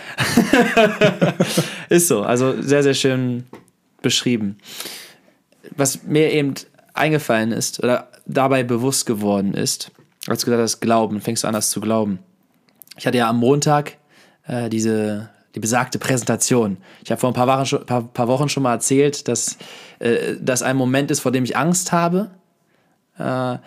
ist so, also sehr, sehr schön beschrieben. Was mir eben eingefallen ist oder dabei bewusst geworden ist, als du gesagt hast, glauben, fängst du an, das zu glauben. Ich hatte ja am Montag äh, diese die besagte Präsentation. Ich habe vor ein paar Wochen schon, paar, paar Wochen schon mal erzählt, dass äh, das ein Moment ist, vor dem ich Angst habe. Äh,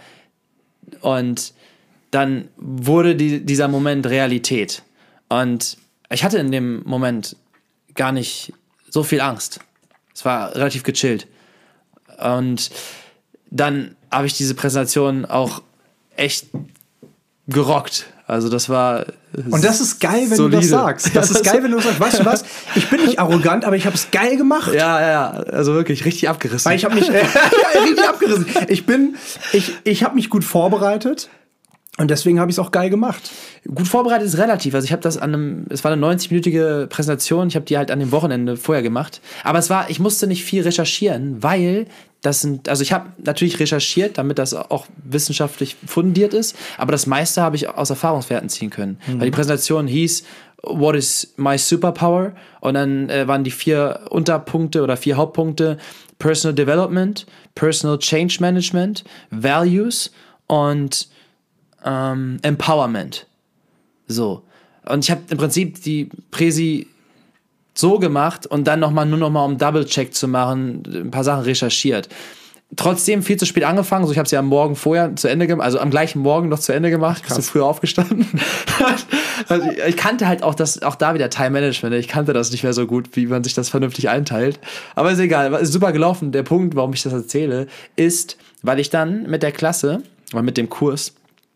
und dann wurde die, dieser Moment Realität. Und ich hatte in dem Moment gar nicht so viel Angst. Es war relativ gechillt. Und dann habe ich diese Präsentation auch echt gerockt. Also das war Und das ist geil, wenn solide. du das sagst. Das ist geil, wenn du sagst, weißt du was? Ich bin nicht arrogant, aber ich habe es geil gemacht. Ja, ja, also wirklich richtig abgerissen. Weil ich habe mich äh, ja, richtig abgerissen. Ich bin, ich, ich habe mich gut vorbereitet und deswegen habe ich es auch geil gemacht. Gut vorbereitet ist relativ. Also ich habe das an einem, es war eine neunzig-minütige Präsentation. Ich habe die halt an dem Wochenende vorher gemacht. Aber es war, ich musste nicht viel recherchieren, weil das sind, also ich habe natürlich recherchiert, damit das auch wissenschaftlich fundiert ist. Aber das meiste habe ich aus Erfahrungswerten ziehen können. Mhm. Weil die Präsentation hieß, What is my superpower? Und dann äh, waren die vier Unterpunkte oder vier Hauptpunkte Personal Development, Personal Change Management, Values und ähm, Empowerment. So. Und ich habe im Prinzip die Präsi so gemacht und dann noch mal, nur noch mal, um Double-Check zu machen, ein paar Sachen recherchiert. Trotzdem viel zu spät angefangen, so ich habe es ja am Morgen vorher zu Ende gemacht, also am gleichen Morgen noch zu Ende gemacht, bist du früher aufgestanden. Also ich kannte halt auch das, auch da wieder Time Management, ich kannte das nicht mehr so gut, wie man sich das vernünftig einteilt. Aber ist egal, ist super gelaufen. Der Punkt, warum ich das erzähle, ist, weil ich dann mit der Klasse, oder mit dem Kurs,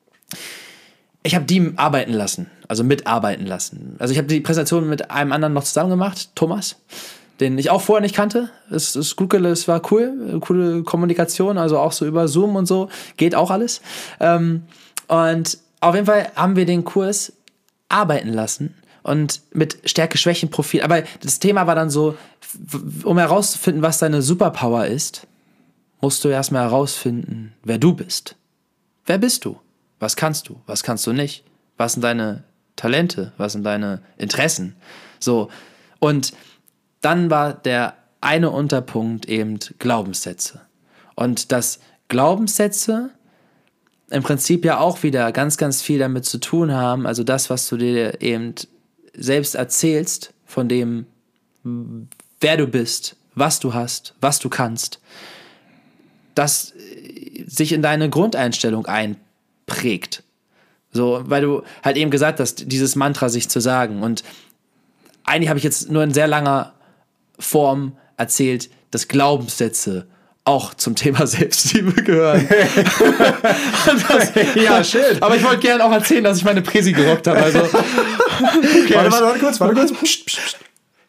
ich habe die arbeiten lassen, also mitarbeiten lassen. Also ich habe die Präsentation mit einem anderen noch zusammen gemacht, Thomas, den ich auch vorher nicht kannte. Es ist gut, es war cool, coole Kommunikation, also auch so über Zoom und so, geht auch alles. Ähm, und auf jeden Fall haben wir den Kurs arbeiten lassen und mit Stärke-Schwächen-Profil. Aber das Thema war dann so, um herauszufinden, was deine Superpower ist, musst du erstmal herausfinden, wer du bist. Wer bist du? Was kannst du? Was kannst du nicht? Was sind deine Talente? Was sind deine Interessen? So. Und dann war der eine Unterpunkt eben Glaubenssätze. Und dass Glaubenssätze im Prinzip ja auch wieder ganz, ganz viel damit zu tun haben, also das, was du dir eben selbst erzählst, von dem, wer du bist, was du hast, was du kannst, das sich in deine Grundeinstellung einprägt. So, weil du halt eben gesagt hast, dieses Mantra sich zu sagen. Und eigentlich habe ich jetzt nur in sehr langer Form erzählt, dass Glaubenssätze auch zum Thema Selbstliebe gehören. das, ja, schön. Aber ich wollte gerne auch erzählen, dass ich meine Präsi gerockt habe. Also, okay. Warte, warte, warte kurz, warte kurz. Psst, psst, psst.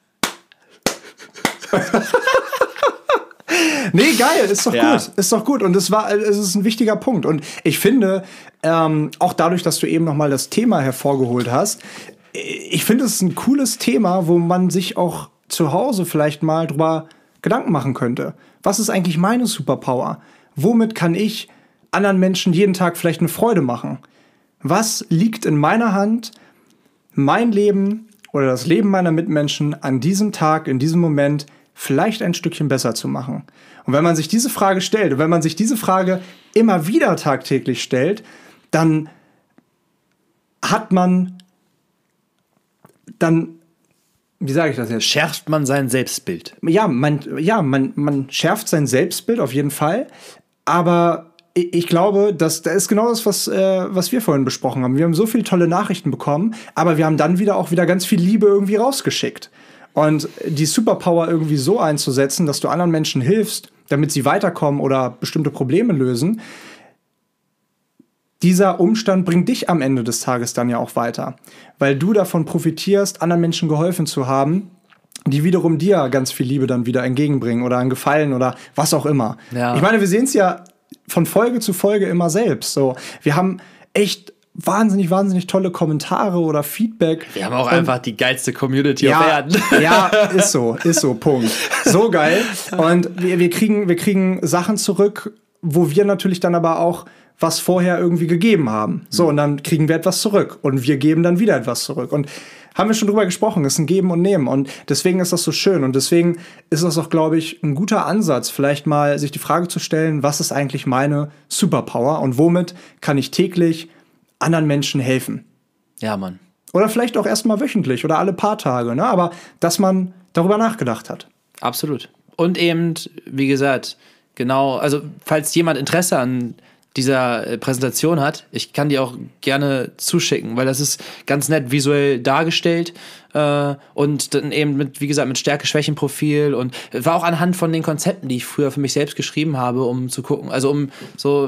Nee, geil, ist doch ja. gut, ist doch gut. Und es war, es ist ein wichtiger Punkt. Und ich finde, ähm, auch dadurch, dass du eben nochmal das Thema hervorgeholt hast, ich finde, es ist ein cooles Thema, wo man sich auch zu Hause vielleicht mal drüber Gedanken machen könnte. Was ist eigentlich meine Superpower? Womit kann ich anderen Menschen jeden Tag vielleicht eine Freude machen? Was liegt in meiner Hand, mein Leben oder das Leben meiner Mitmenschen an diesem Tag, in diesem Moment vielleicht ein Stückchen besser zu machen? Und wenn man sich diese Frage stellt, und wenn man sich diese Frage immer wieder tagtäglich stellt, dann hat man, dann, wie sage ich das jetzt? Schärft man sein Selbstbild. Ja, man, ja man, man schärft sein Selbstbild auf jeden Fall, aber ich glaube, dass da ist genau das, was, äh, was wir vorhin besprochen haben. Wir haben so viele tolle Nachrichten bekommen, aber wir haben dann wieder auch wieder ganz viel Liebe irgendwie rausgeschickt. Und die Superpower irgendwie so einzusetzen, dass du anderen Menschen hilfst, damit sie weiterkommen oder bestimmte Probleme lösen, dieser Umstand bringt dich am Ende des Tages dann ja auch weiter. Weil du davon profitierst, anderen Menschen geholfen zu haben, die wiederum dir ganz viel Liebe dann wieder entgegenbringen oder einen Gefallen oder was auch immer. Ja. Ich meine, wir sehen es ja von Folge zu Folge immer selbst. So, wir haben echt wahnsinnig, wahnsinnig tolle Kommentare oder Feedback. Wir haben auch und, einfach die geilste Community ja, auf Erden. Ja, ist so, ist so, Punkt. So geil. Und wir, wir, kriegen, wir kriegen Sachen zurück, wo wir natürlich dann aber auch was vorher irgendwie gegeben haben. So, und dann kriegen wir etwas zurück. Und wir geben dann wieder etwas zurück. Und haben wir schon drüber gesprochen, es ist ein Geben und Nehmen. Und deswegen ist das so schön. Und deswegen ist das auch, glaube ich, ein guter Ansatz, vielleicht mal sich die Frage zu stellen, was ist eigentlich meine Superpower? Und womit kann ich täglich anderen Menschen helfen? Ja, Mann. Oder vielleicht auch erst mal wöchentlich oder alle paar Tage. Ne? Aber dass man darüber nachgedacht hat. Absolut. Und eben, wie gesagt, genau, also falls jemand Interesse an dieser Präsentation hat, ich kann die auch gerne zuschicken, weil das ist ganz nett visuell dargestellt äh, und dann eben mit, wie gesagt, mit Stärke-Schwächen-Profil und war auch anhand von den Konzepten, die ich früher für mich selbst geschrieben habe, um zu gucken, also um so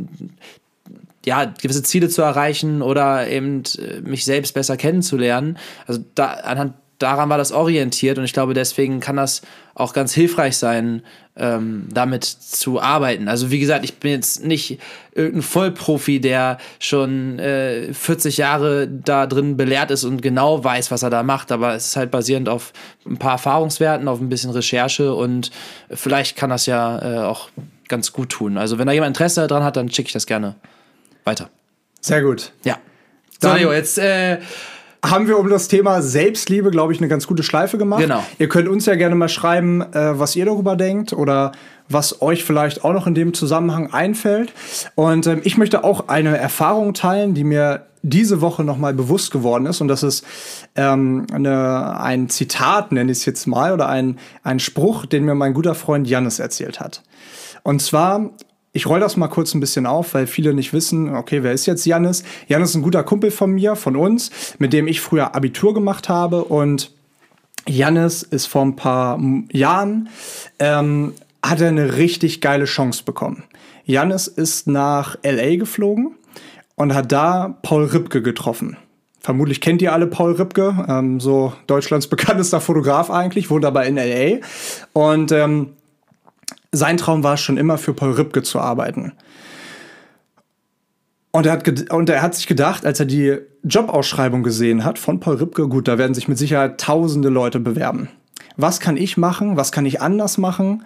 ja, gewisse Ziele zu erreichen oder eben mich selbst besser kennenzulernen. Also da, anhand daran war das orientiert und ich glaube, deswegen kann das auch ganz hilfreich sein, ähm, damit zu arbeiten. Also wie gesagt, ich bin jetzt nicht irgendein Vollprofi, der schon äh, vierzig Jahre da drin belehrt ist und genau weiß, was er da macht, aber es ist halt basierend auf ein paar Erfahrungswerten, auf ein bisschen Recherche und vielleicht kann das ja äh, auch ganz gut tun. Also wenn da jemand Interesse daran hat, dann schicke ich das gerne weiter. Sehr gut. Ja. So, Leo, jetzt äh, haben wir um das Thema Selbstliebe, glaube ich, eine ganz gute Schleife gemacht. Genau. Ihr könnt uns ja gerne mal schreiben, äh, was ihr darüber denkt oder was euch vielleicht auch noch in dem Zusammenhang einfällt. Und ähm, ich möchte auch eine Erfahrung teilen, die mir diese Woche noch mal bewusst geworden ist. Und das ist ähm, eine, ein Zitat, nenne ich es jetzt mal, oder ein, ein Spruch, den mir mein guter Freund Jannis erzählt hat. Und zwar, ich roll das mal kurz ein bisschen auf, weil viele nicht wissen, okay, wer ist jetzt Jannis? Jannis ist ein guter Kumpel von mir, von uns, mit dem ich früher Abitur gemacht habe. Und Jannis ist vor ein paar Jahren, ähm, hat er eine richtig geile Chance bekommen. Jannis ist nach L A geflogen und hat da Paul Ripke getroffen. Vermutlich kennt ihr alle Paul Ripke, ähm, so Deutschlands bekanntester Fotograf eigentlich, wohnt aber in L A. Und ähm, sein Traum war schon immer, für Paul Ripke zu arbeiten. Und er, hat und er hat sich gedacht, als er die Jobausschreibung gesehen hat von Paul Ripke, gut, da werden sich mit Sicherheit tausende Leute bewerben. Was kann ich machen? Was kann ich anders machen,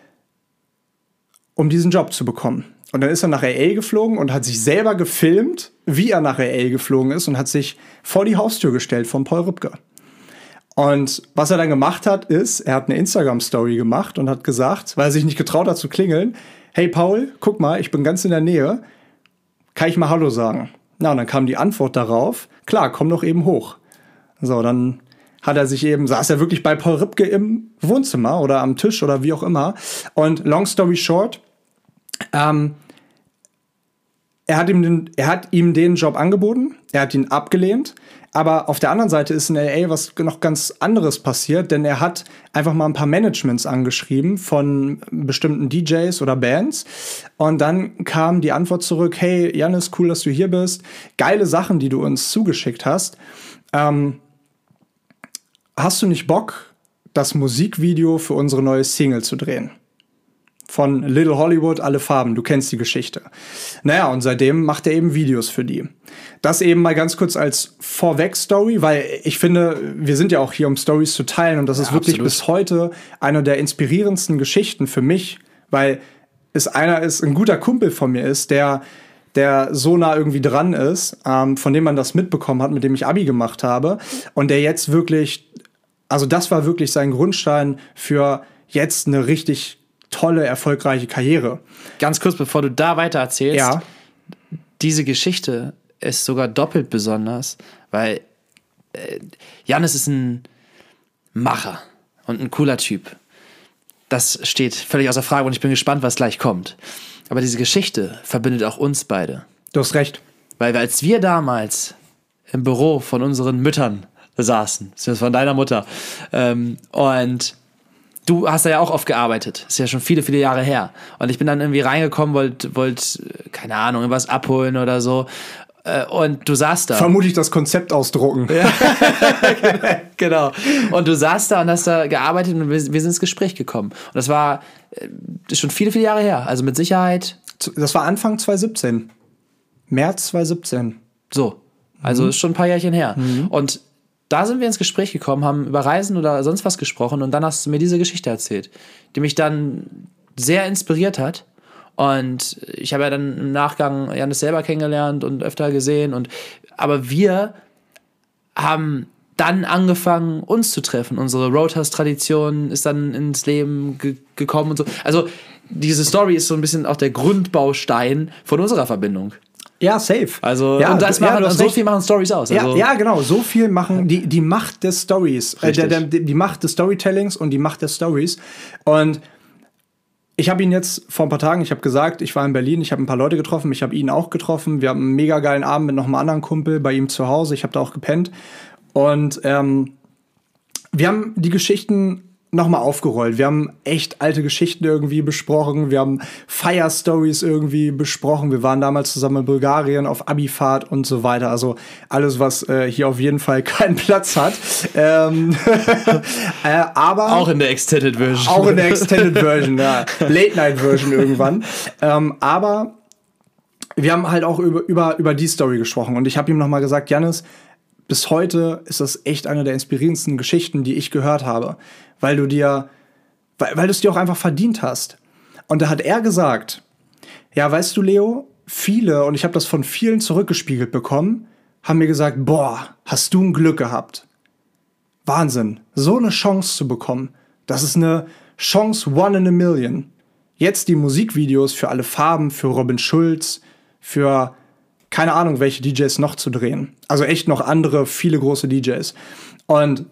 um diesen Job zu bekommen? Und dann ist er nach L A geflogen und hat sich selber gefilmt, wie er nach L A geflogen ist und hat sich vor die Haustür gestellt von Paul Ripke. Und was er dann gemacht hat, ist, er hat eine Instagram-Story gemacht und hat gesagt, weil er sich nicht getraut hat zu klingeln, hey Paul, guck mal, ich bin ganz in der Nähe, kann ich mal Hallo sagen? Na, und dann kam die Antwort darauf, klar, komm doch eben hoch. So, dann hat er sich eben, saß er wirklich bei Paul Ripke im Wohnzimmer oder am Tisch oder wie auch immer. Und long story short, ähm, er hat ihm den, er hat ihm den Job angeboten, er hat ihn abgelehnt. Aber auf der anderen Seite ist in L A was noch ganz anderes passiert, denn er hat einfach mal ein paar Managements angeschrieben von bestimmten D Js oder Bands. Und dann kam die Antwort zurück, hey Jannis, cool, dass du hier bist. Geile Sachen, die du uns zugeschickt hast. Ähm, hast du nicht Bock, das Musikvideo für unsere neue Single zu drehen? Von Little Hollywood, alle Farben, du kennst die Geschichte. Naja, und seitdem macht er eben Videos für die. Das eben mal ganz kurz als Vorweg-Story, weil ich finde, wir sind ja auch hier, um Stories zu teilen. Und das ist ja, wirklich absolut. Bis heute eine der inspirierendsten Geschichten für mich, weil es einer ist, ein guter Kumpel von mir ist, der, der so nah irgendwie dran ist, ähm, von dem man das mitbekommen hat, mit dem ich Abi gemacht habe. Und der jetzt wirklich, also das war wirklich sein Grundstein für jetzt eine richtig tolle, erfolgreiche Karriere. Ganz kurz, bevor du da weiter erzählst, ja. Diese Geschichte ist sogar doppelt besonders, weil äh, Jannis ist ein Macher und ein cooler Typ. Das steht völlig außer Frage und ich bin gespannt, was gleich kommt. Aber diese Geschichte verbindet auch uns beide. Du hast recht. Weil als wir damals im Büro von unseren Müttern saßen, beziehungsweise von deiner Mutter, ähm, und du hast da ja auch oft gearbeitet. Ist ja schon viele, viele Jahre her. Und ich bin dann irgendwie reingekommen, wollte, wollt, keine Ahnung, irgendwas abholen oder so. Und du saßt da. Vermutlich das Konzept ausdrucken. Ja. Genau. Und du saßt da und hast da gearbeitet und wir, wir sind ins Gespräch gekommen. Und das war das ist schon viele, viele Jahre her. Also mit Sicherheit. Das war Anfang zwanzig siebzehn. März zwanzig siebzehn. So. Also mhm. ist schon ein paar Jährchen her. Mhm. Und da sind wir ins Gespräch gekommen, haben über Reisen oder sonst was gesprochen und dann hast du mir diese Geschichte erzählt, die mich dann sehr inspiriert hat. Und ich habe ja dann im Nachgang Jannis selber kennengelernt und öfter gesehen. Und, aber wir haben dann angefangen, uns zu treffen. Unsere Roadhouse-Tradition ist dann ins Leben ge- gekommen und so. Also diese Story ist so ein bisschen auch der Grundbaustein von unserer Verbindung. Ja, safe. Also, ja, und das ja, machen, und so viel machen Stories aus. Also. Ja, ja, genau. So viel machen die, die Macht des Stories. Äh, der, der, die Macht des Storytellings und die Macht der Stories. Und ich habe ihn jetzt vor ein paar Tagen, ich habe gesagt, ich war in Berlin, ich habe ein paar Leute getroffen, ich habe ihn auch getroffen. Wir haben einen mega geilen Abend mit noch einem anderen Kumpel bei ihm zu Hause. Ich habe da auch gepennt. Und ähm, wir haben die Geschichten nochmal aufgerollt. Wir haben echt alte Geschichten irgendwie besprochen. Wir haben Fire-Stories irgendwie besprochen. Wir waren damals zusammen in Bulgarien auf Abifahrt und so weiter. Also alles, was äh, hier auf jeden Fall keinen Platz hat. ähm, äh, aber auch in der Extended Version. Auch in der Extended Version, ja. Late-Night-Version irgendwann. Ähm, aber wir haben halt auch über, über, über die Story gesprochen. Und ich habe ihm nochmal gesagt, Jannis, bis heute ist das echt eine der inspirierendsten Geschichten, die ich gehört habe. Weil du dir, weil, weil du es dir auch einfach verdient hast. Und da hat er gesagt, ja, weißt du, Leo, viele, und ich habe das von vielen zurückgespiegelt bekommen, haben mir gesagt, boah, hast du ein Glück gehabt. Wahnsinn, so eine Chance zu bekommen. Das ist eine Chance one in a million. Jetzt die Musikvideos für alle Farben, für Robin Schulz, für keine Ahnung, welche D Js noch zu drehen. Also echt noch andere, viele große D Js. Und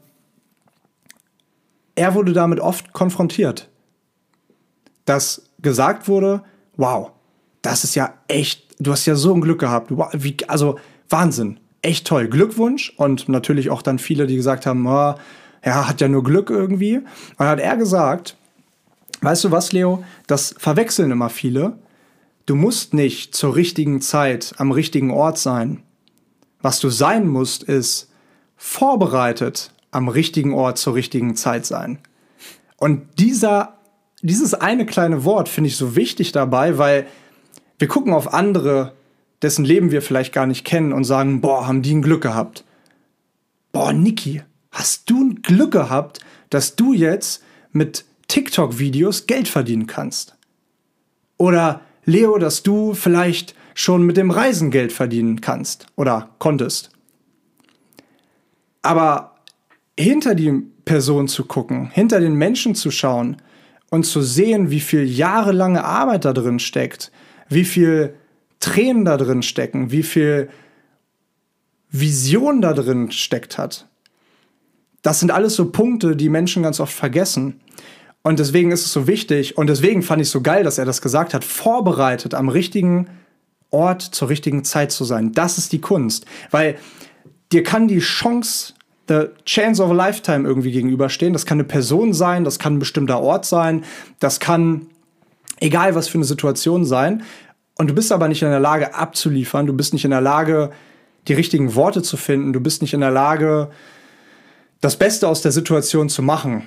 er wurde damit oft konfrontiert, dass gesagt wurde, wow, das ist ja echt, du hast ja so ein Glück gehabt. Wow, wie, also Wahnsinn, echt toll. Glückwunsch. Und natürlich auch dann viele, die gesagt haben, oh, ja, hat ja nur Glück irgendwie. Und dann hat er gesagt, weißt du was, Leo, das verwechseln immer viele. Du musst nicht zur richtigen Zeit am richtigen Ort sein. Was du sein musst, ist vorbereitet am richtigen Ort zur richtigen Zeit sein. Und dieser, dieses eine kleine Wort finde ich so wichtig dabei, weil wir gucken auf andere, dessen Leben wir vielleicht gar nicht kennen und sagen, boah, haben die ein Glück gehabt. Boah, Niki, hast du ein Glück gehabt, dass du jetzt mit TikTok-Videos Geld verdienen kannst? Oder Leo, dass du vielleicht schon mit dem Reisen Geld verdienen kannst oder konntest. Aber hinter die Person zu gucken, hinter den Menschen zu schauen und zu sehen, wie viel jahrelange Arbeit da drin steckt, wie viel Tränen da drin stecken, wie viel Vision da drin steckt hat. Das sind alles so Punkte, die Menschen ganz oft vergessen. Und deswegen ist es so wichtig und deswegen fand ich es so geil, dass er das gesagt hat, vorbereitet am richtigen Ort zur richtigen Zeit zu sein. Das ist die Kunst. Weil dir kann die Chance, the chance of a lifetime irgendwie gegenüberstehen. Das kann eine Person sein, das kann ein bestimmter Ort sein, das kann egal was für eine Situation sein. Und du bist aber nicht in der Lage abzuliefern, du bist nicht in der Lage, die richtigen Worte zu finden, du bist nicht in der Lage, das Beste aus der Situation zu machen.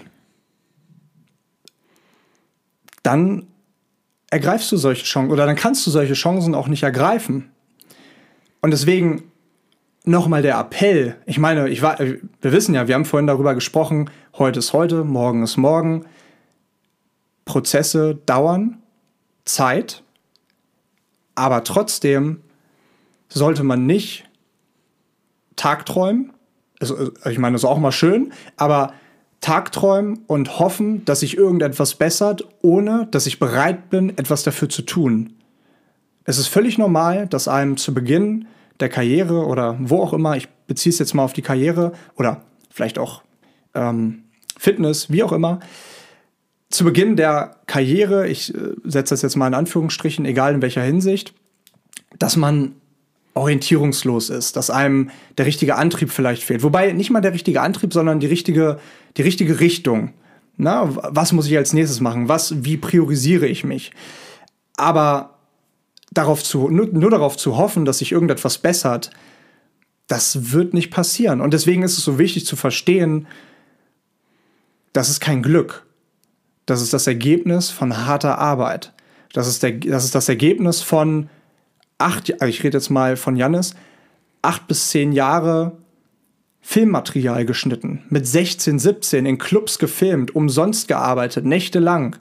Dann ergreifst du solche Chancen oder dann kannst du solche Chancen auch nicht ergreifen. Und deswegen nochmal der Appell. Ich meine, ich war, wir wissen ja, wir haben vorhin darüber gesprochen, heute ist heute, morgen ist morgen. Prozesse dauern Zeit, aber trotzdem sollte man nicht tagträumen. Also, ich meine, das ist auch mal schön, aber tagträumen und hoffen, dass sich irgendetwas bessert, ohne dass ich bereit bin, etwas dafür zu tun. Es ist völlig normal, dass einem zu Beginn der Karriere oder wo auch immer, ich beziehe es jetzt mal auf die Karriere oder vielleicht auch ähm, Fitness, wie auch immer, zu Beginn der Karriere, ich äh, setze das jetzt mal in Anführungsstrichen, egal in welcher Hinsicht, dass man orientierungslos ist, dass einem der richtige Antrieb vielleicht fehlt. Wobei nicht mal der richtige Antrieb, sondern die richtige, die richtige Richtung. Na, was muss ich als nächstes machen? Was, wie priorisiere ich mich? Aber darauf zu, nur, nur darauf zu hoffen, dass sich irgendetwas bessert, das wird nicht passieren. Und deswegen ist es so wichtig zu verstehen, das ist kein Glück. Das ist das Ergebnis von harter Arbeit. Das ist, der, das ist das Ergebnis von acht, ich rede jetzt mal von Jannis, acht bis zehn Jahre Filmmaterial geschnitten, mit sechzehn, siebzehn in Clubs gefilmt, umsonst gearbeitet, nächtelang.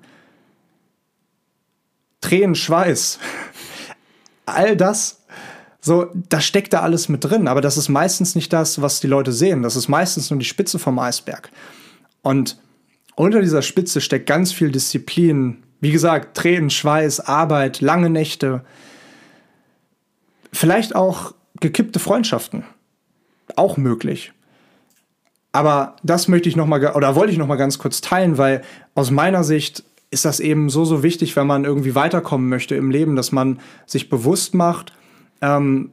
Tränen, Schweiß. All das, so, das steckt da alles mit drin, aber das ist meistens nicht das, was die Leute sehen. Das ist meistens nur die Spitze vom Eisberg. Und unter dieser Spitze steckt ganz viel Disziplin. Wie gesagt, Tränen, Schweiß, Arbeit, lange Nächte. Vielleicht auch gekippte Freundschaften. Auch möglich. Aber das möchte ich noch mal, oder wollte ich noch mal ganz kurz teilen, weil aus meiner Sicht ist das eben so, so wichtig, wenn man irgendwie weiterkommen möchte im Leben, dass man sich bewusst macht, ähm,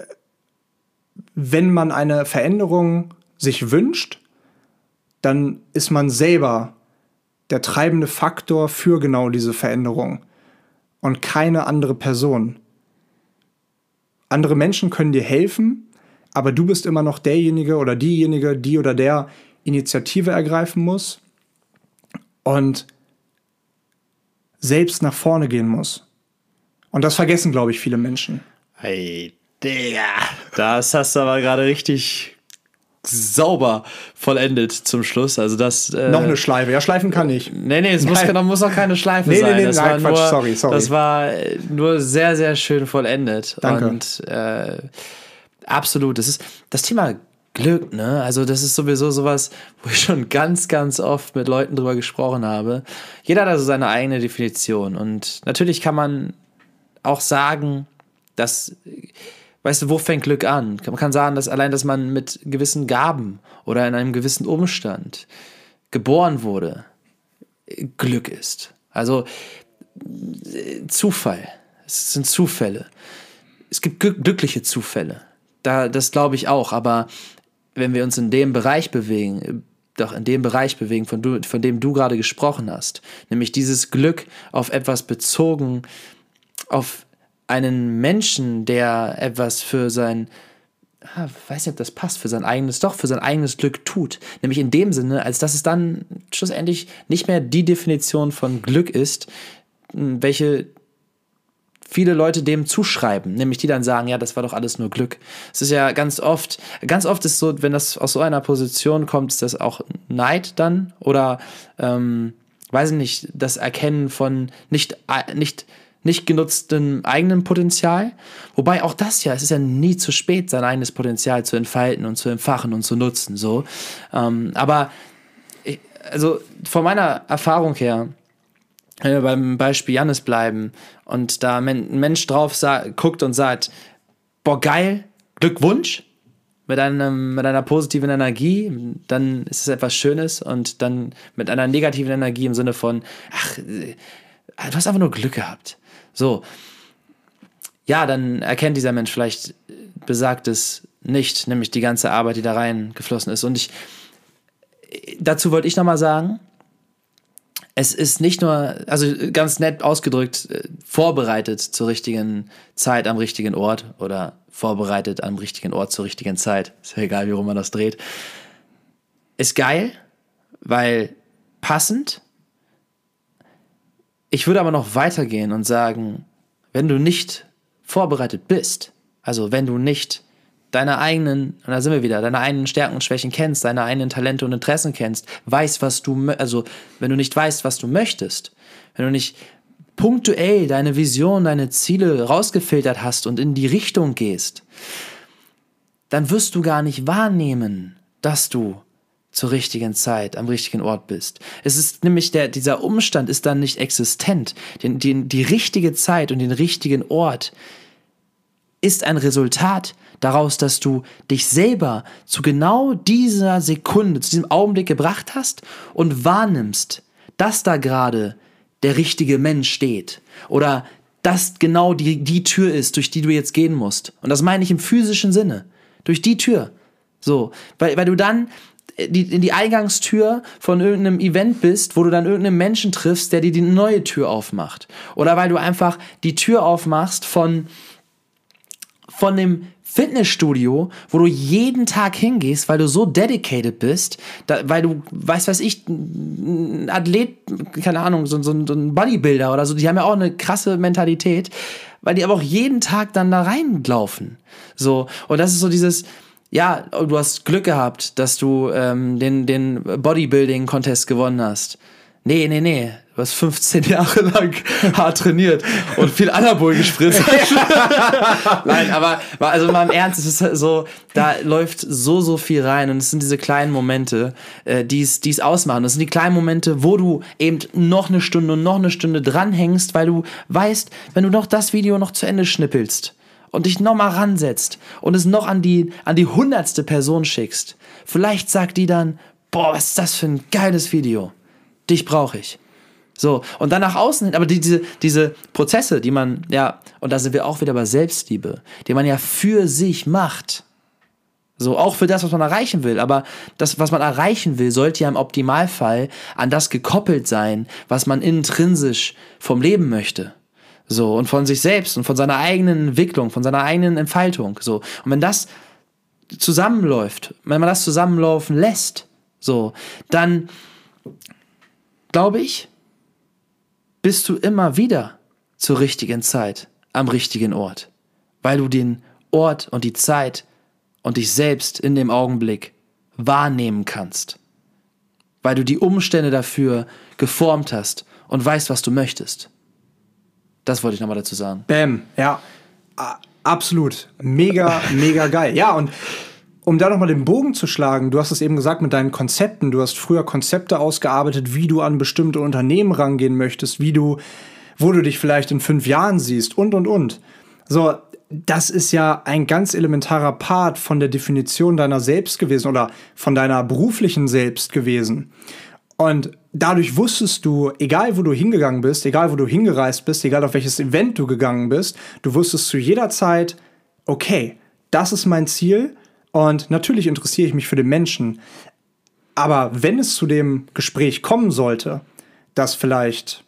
wenn man eine Veränderung sich wünscht, dann ist man selber der treibende Faktor für genau diese Veränderung und keine andere Person. Andere Menschen können dir helfen, aber du bist immer noch derjenige oder diejenige, die oder der Initiative ergreifen muss und selbst nach vorne gehen muss. Und das vergessen, glaube ich, viele Menschen. Hey, Digga, das hast du aber gerade richtig sauber vollendet zum Schluss. Also das äh, noch eine Schleife. Ja, Schleifen kann ich. Nee, nee, es muss, muss auch keine Schleife nee, sein. Nee, nee, das nein, war Quatsch, nur, sorry, sorry. Das war nur sehr, sehr schön vollendet. Danke. Und äh, absolut. Das ist das Thema Glück, ne? Also das ist sowieso sowas, wo ich schon ganz, ganz oft mit Leuten drüber gesprochen habe. Jeder hat also seine eigene Definition. Und natürlich kann man auch sagen, dass, weißt du, wo fängt Glück an? Man kann sagen, dass allein, dass man mit gewissen Gaben oder in einem gewissen Umstand geboren wurde, Glück ist. Also Zufall. Es sind Zufälle. Es gibt glückliche Zufälle. Da, das glaube ich auch. Aber wenn wir uns in dem Bereich bewegen, doch in dem Bereich bewegen, von, du, von dem du gerade gesprochen hast, nämlich dieses Glück auf etwas bezogen, auf einen Menschen, der etwas für sein, ah, weiß nicht, ob das passt, für sein eigenes, doch, für sein eigenes Glück tut. Nämlich in dem Sinne, als dass es dann schlussendlich nicht mehr die Definition von Glück ist, welche viele Leute dem zuschreiben, nämlich die dann sagen, ja, das war doch alles nur Glück. Es ist ja ganz oft, ganz oft ist so, wenn das aus so einer Position kommt, ist das auch Neid dann oder, ähm, weiß ich nicht, das Erkennen von nicht, nicht, nicht genutztem eigenen Potenzial. Wobei auch das ja, es ist ja nie zu spät, sein eigenes Potenzial zu entfalten und zu entfachen und zu nutzen, so. Ähm, aber, ich, also, von meiner Erfahrung her, wenn wir beim Beispiel Jannis bleiben und da ein Mensch drauf sa- guckt und sagt, boah, geil, Glückwunsch, mit, einem, mit einer positiven Energie, dann ist es etwas Schönes und dann mit einer negativen Energie im Sinne von, ach, du hast einfach nur Glück gehabt. So, ja, dann erkennt dieser Mensch vielleicht Besagtes nicht, nämlich die ganze Arbeit, die da reingeflossen ist. Und ich, dazu wollte ich nochmal sagen, es ist nicht nur, also ganz nett ausgedrückt, vorbereitet zur richtigen Zeit am richtigen Ort oder vorbereitet am richtigen Ort zur richtigen Zeit. Ist ja egal, wie rum man das dreht. Ist geil, weil passend. Ich würde aber noch weitergehen und sagen, wenn du nicht vorbereitet bist, also wenn du nicht deine eigenen, und da sind wir wieder, deine eigenen Stärken und Schwächen kennst, deine eigenen Talente und Interessen kennst, weißt, was du, also wenn du nicht weißt, was du möchtest, wenn du nicht punktuell deine Vision, deine Ziele rausgefiltert hast und in die Richtung gehst, dann wirst du gar nicht wahrnehmen, dass du zur richtigen Zeit am richtigen Ort bist. Es ist nämlich der, dieser Umstand ist dann nicht existent. Die, die, die richtige Zeit und den richtigen Ort ist ein Resultat daraus, dass du dich selber zu genau dieser Sekunde, zu diesem Augenblick gebracht hast und wahrnimmst, dass da gerade der richtige Mensch steht oder dass genau die, die Tür ist, durch die du jetzt gehen musst. Und das meine ich im physischen Sinne. Durch die Tür. So, weil, weil du dann die, in die Eingangstür von irgendeinem Event bist, wo du dann irgendeinen Menschen triffst, der dir die neue Tür aufmacht. Oder weil du einfach die Tür aufmachst von, von dem Fitnessstudio, wo du jeden Tag hingehst, weil du so dedicated bist, da, weil du, weiß was ich, ein Athlet, keine Ahnung, so, so, so ein Bodybuilder oder so, die haben ja auch eine krasse Mentalität, weil die aber auch jeden Tag dann da reinlaufen. So, und das ist so dieses, ja, du hast Glück gehabt, dass du ähm, den, den Bodybuilding-Contest gewonnen hast. Nee, nee, nee. Du hast fünfzehn Jahre lang hart trainiert und viel Anabol gespritzt. Nein, aber also mal im Ernst, es ist so, da läuft so, so viel rein und es sind diese kleinen Momente, äh, die es ausmachen. Das sind die kleinen Momente, wo du eben noch eine Stunde und noch eine Stunde dranhängst, weil du weißt, wenn du noch das Video noch zu Ende schnippelst und dich noch mal ransetzt und es noch an die, an die hundertste Person schickst, vielleicht sagt die dann, boah, was ist das für ein geiles Video. Dich brauche ich. So, und dann nach außen hin, aber die, diese, diese Prozesse, die man, ja, und da sind wir auch wieder bei Selbstliebe, die man ja für sich macht. So, auch für das, was man erreichen will. Aber das, was man erreichen will, sollte ja im Optimalfall an das gekoppelt sein, was man intrinsisch vom Leben möchte. So, und von sich selbst und von seiner eigenen Entwicklung, von seiner eigenen Entfaltung. So, und wenn das zusammenläuft, wenn man das zusammenlaufen lässt, so, dann glaube ich, bist du immer wieder zur richtigen Zeit am richtigen Ort, weil du den Ort und die Zeit und dich selbst in dem Augenblick wahrnehmen kannst, weil du die Umstände dafür geformt hast und weißt, was du möchtest. Das wollte ich nochmal dazu sagen. Bam, ja, A- absolut, mega, mega geil. Ja, und um da nochmal den Bogen zu schlagen, du hast es eben gesagt mit deinen Konzepten, du hast früher Konzepte ausgearbeitet, wie du an bestimmte Unternehmen rangehen möchtest, wie du, wo du dich vielleicht in fünf Jahren siehst und, und, und. So, das ist ja ein ganz elementarer Part von der Definition deiner Selbst gewesen oder von deiner beruflichen Selbst gewesen. Und dadurch wusstest du, egal wo du hingegangen bist, egal wo du hingereist bist, egal auf welches Event du gegangen bist, du wusstest zu jeder Zeit, okay, das ist mein Ziel. Und natürlich interessiere ich mich für den Menschen. Aber wenn es zu dem Gespräch kommen sollte, dass vielleicht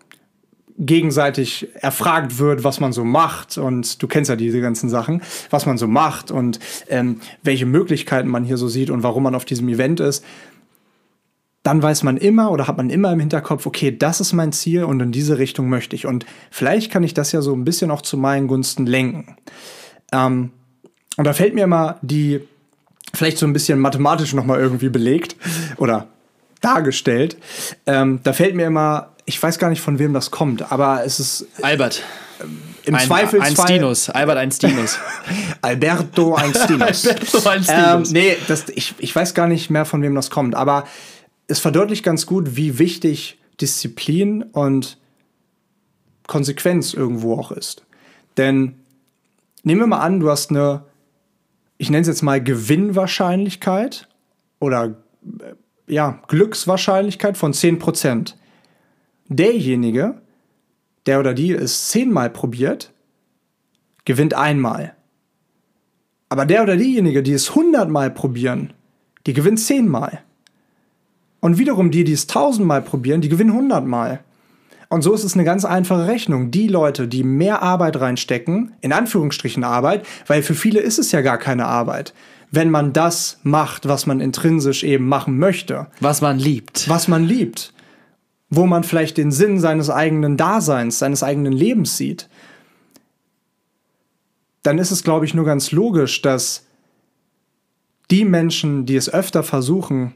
gegenseitig erfragt wird, was man so macht, und du kennst ja diese ganzen Sachen, was man so macht und ähm, welche Möglichkeiten man hier so sieht und warum man auf diesem Event ist, dann weiß man immer oder hat man immer im Hinterkopf, okay, das ist mein Ziel und in diese Richtung möchte ich. Und vielleicht kann ich das ja so ein bisschen auch zu meinen Gunsten lenken. Ähm, und da fällt mir immer die, vielleicht so ein bisschen mathematisch nochmal irgendwie belegt oder dargestellt. Ähm, da fällt mir immer, ich weiß gar nicht, von wem das kommt, aber es ist Albert. Im ein, Zweifelsfall. Einstinus. Albert Einstinus. Alberto Einstinus. Alberto Einstinus. Ähm, nee, das, ich, ich weiß gar nicht mehr, von wem das kommt, aber es verdeutlicht ganz gut, wie wichtig Disziplin und Konsequenz irgendwo auch ist. Denn nehmen wir mal an, du hast eine, ich nenne es jetzt mal Gewinnwahrscheinlichkeit oder ja, Glückswahrscheinlichkeit von zehn Prozent. Derjenige, der oder die es zehnmal probiert, gewinnt einmal. Aber der oder diejenige, die es hundertmal probieren, die gewinnt zehnmal. Und wiederum die, die es tausendmal probieren, die gewinnen hundertmal. Und so ist es eine ganz einfache Rechnung. Die Leute, die mehr Arbeit reinstecken, in Anführungsstrichen Arbeit, weil für viele ist es ja gar keine Arbeit, wenn man das macht, was man intrinsisch eben machen möchte. Was man liebt. Was man liebt. Wo man vielleicht den Sinn seines eigenen Daseins, seines eigenen Lebens sieht. Dann ist es, glaube ich, nur ganz logisch, dass die Menschen, die es öfter versuchen,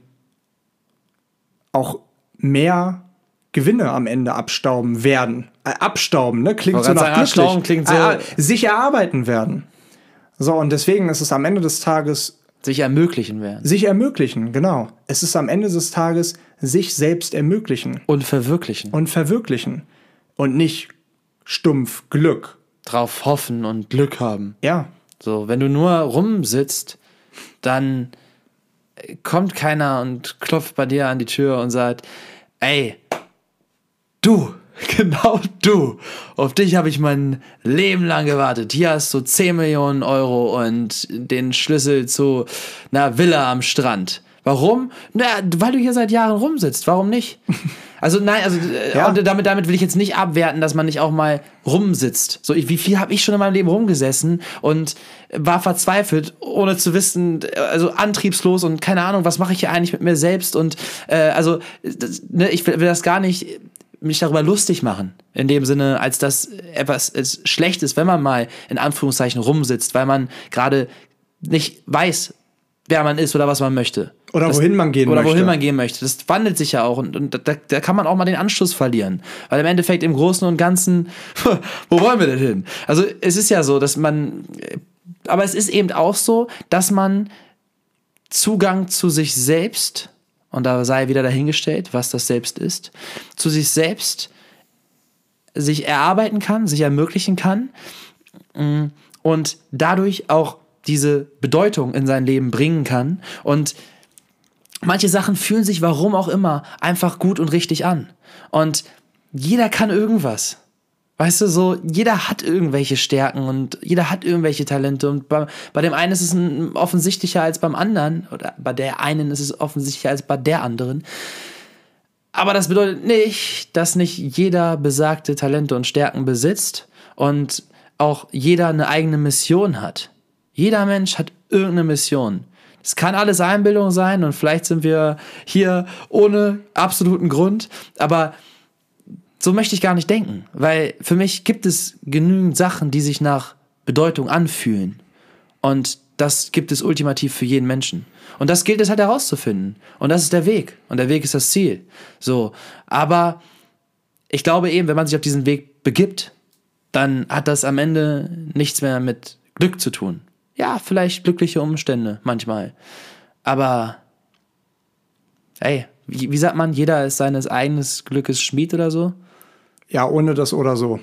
auch mehr Gewinne am Ende abstauben werden. Äh, abstauben, ne? Klingt so nach abstauben klingt so. Äh, sich erarbeiten werden. So, und deswegen ist es am Ende des Tages sich ermöglichen werden. Sich ermöglichen, genau. Es ist am Ende des Tages sich selbst ermöglichen. Und verwirklichen. Und verwirklichen. Und nicht stumpf Glück. Drauf hoffen und Glück haben. Ja. So, wenn du nur rumsitzt, dann kommt keiner und klopft bei dir an die Tür und sagt, ey, du, genau du, auf dich habe ich mein Leben lang gewartet. Hier hast du zehn Millionen Euro und den Schlüssel zu einer Villa am Strand. Warum? Na, weil du hier seit Jahren rumsitzt. Warum nicht? Also nein, also ja. und damit, damit will ich jetzt nicht abwerten, dass man nicht auch mal rumsitzt. So, ich, wie viel habe ich schon in meinem Leben rumgesessen und war verzweifelt, ohne zu wissen, also antriebslos und keine Ahnung, was mache ich hier eigentlich mit mir selbst und äh, also das, ne, ich will, will das gar nicht mich darüber lustig machen, in dem Sinne, als dass etwas es schlecht ist, wenn man mal in Anführungszeichen rumsitzt, weil man gerade nicht weiß, wer man ist oder was man möchte. Oder das, wohin man gehen oder möchte. Oder wohin man gehen möchte. Das wandelt sich ja auch. Und, und da, da kann man auch mal den Anschluss verlieren. Weil im Endeffekt im Großen und Ganzen, wo wollen wir denn hin? Also es ist ja so, dass man, aber es ist eben auch so, dass man Zugang zu sich selbst, und da sei wieder dahingestellt, was das Selbst ist, zu sich selbst sich erarbeiten kann, sich ermöglichen kann und dadurch auch diese Bedeutung in sein Leben bringen kann. Und manche Sachen fühlen sich, warum auch immer, einfach gut und richtig an. Und jeder kann irgendwas. Weißt du, so, jeder hat irgendwelche Stärken und jeder hat irgendwelche Talente. Und bei, bei dem einen ist es ein, offensichtlicher als beim anderen. Oder bei der einen ist es offensichtlicher als bei der anderen. Aber das bedeutet nicht, dass nicht jeder besagte Talente und Stärken besitzt und auch jeder eine eigene Mission hat. Jeder Mensch hat irgendeine Mission. Es kann alles Einbildung sein und vielleicht sind wir hier ohne absoluten Grund, aber so möchte ich gar nicht denken, weil für mich gibt es genügend Sachen, die sich nach Bedeutung anfühlen und das gibt es ultimativ für jeden Menschen. Und das gilt es halt herauszufinden und das ist der Weg und der Weg ist das Ziel. So, aber ich glaube eben, wenn man sich auf diesen Weg begibt, dann hat das am Ende nichts mehr mit Glück zu tun. Ja, vielleicht glückliche Umstände manchmal. Aber, ey, wie, wie sagt man, jeder ist seines eigenen Glückes Schmied oder so? Ja, ohne das oder so.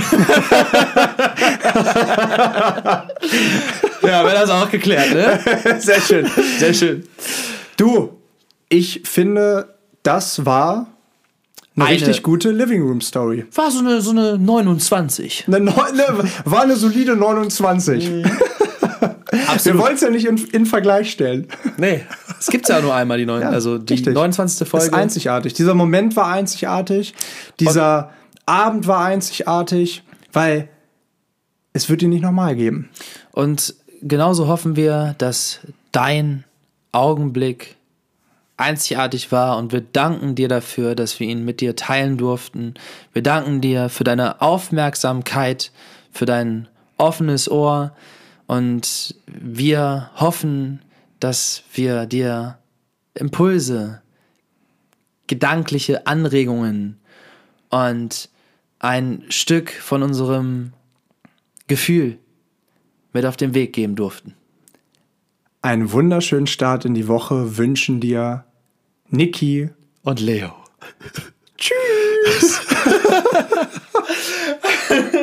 Ja, wäre das auch geklärt, ne? Sehr schön, sehr schön. Du, ich finde, das war eine, eine richtig gute Living Room Story. War so eine, so eine neunundzwanzig. Eine, eine, war eine solide neunundzwanzig. Mhm. Wir wollen es ja nicht in, in Vergleich stellen. Nee, es gibt ja nur einmal die neun, ja, also die richtig. neunundzwanzigste Folge. Das ist einzigartig. Dieser Moment war einzigartig. Dieser und Abend war einzigartig, weil es wird ihn nicht nochmal geben. Und genauso hoffen wir, dass dein Augenblick einzigartig war und wir danken dir dafür, dass wir ihn mit dir teilen durften. Wir danken dir für deine Aufmerksamkeit, für dein offenes Ohr und wir hoffen, dass wir dir Impulse, gedankliche Anregungen und ein Stück von unserem Gefühl mit auf den Weg geben durften. Einen wunderschönen Start in die Woche wünschen dir Niki und Leo. Tschüss!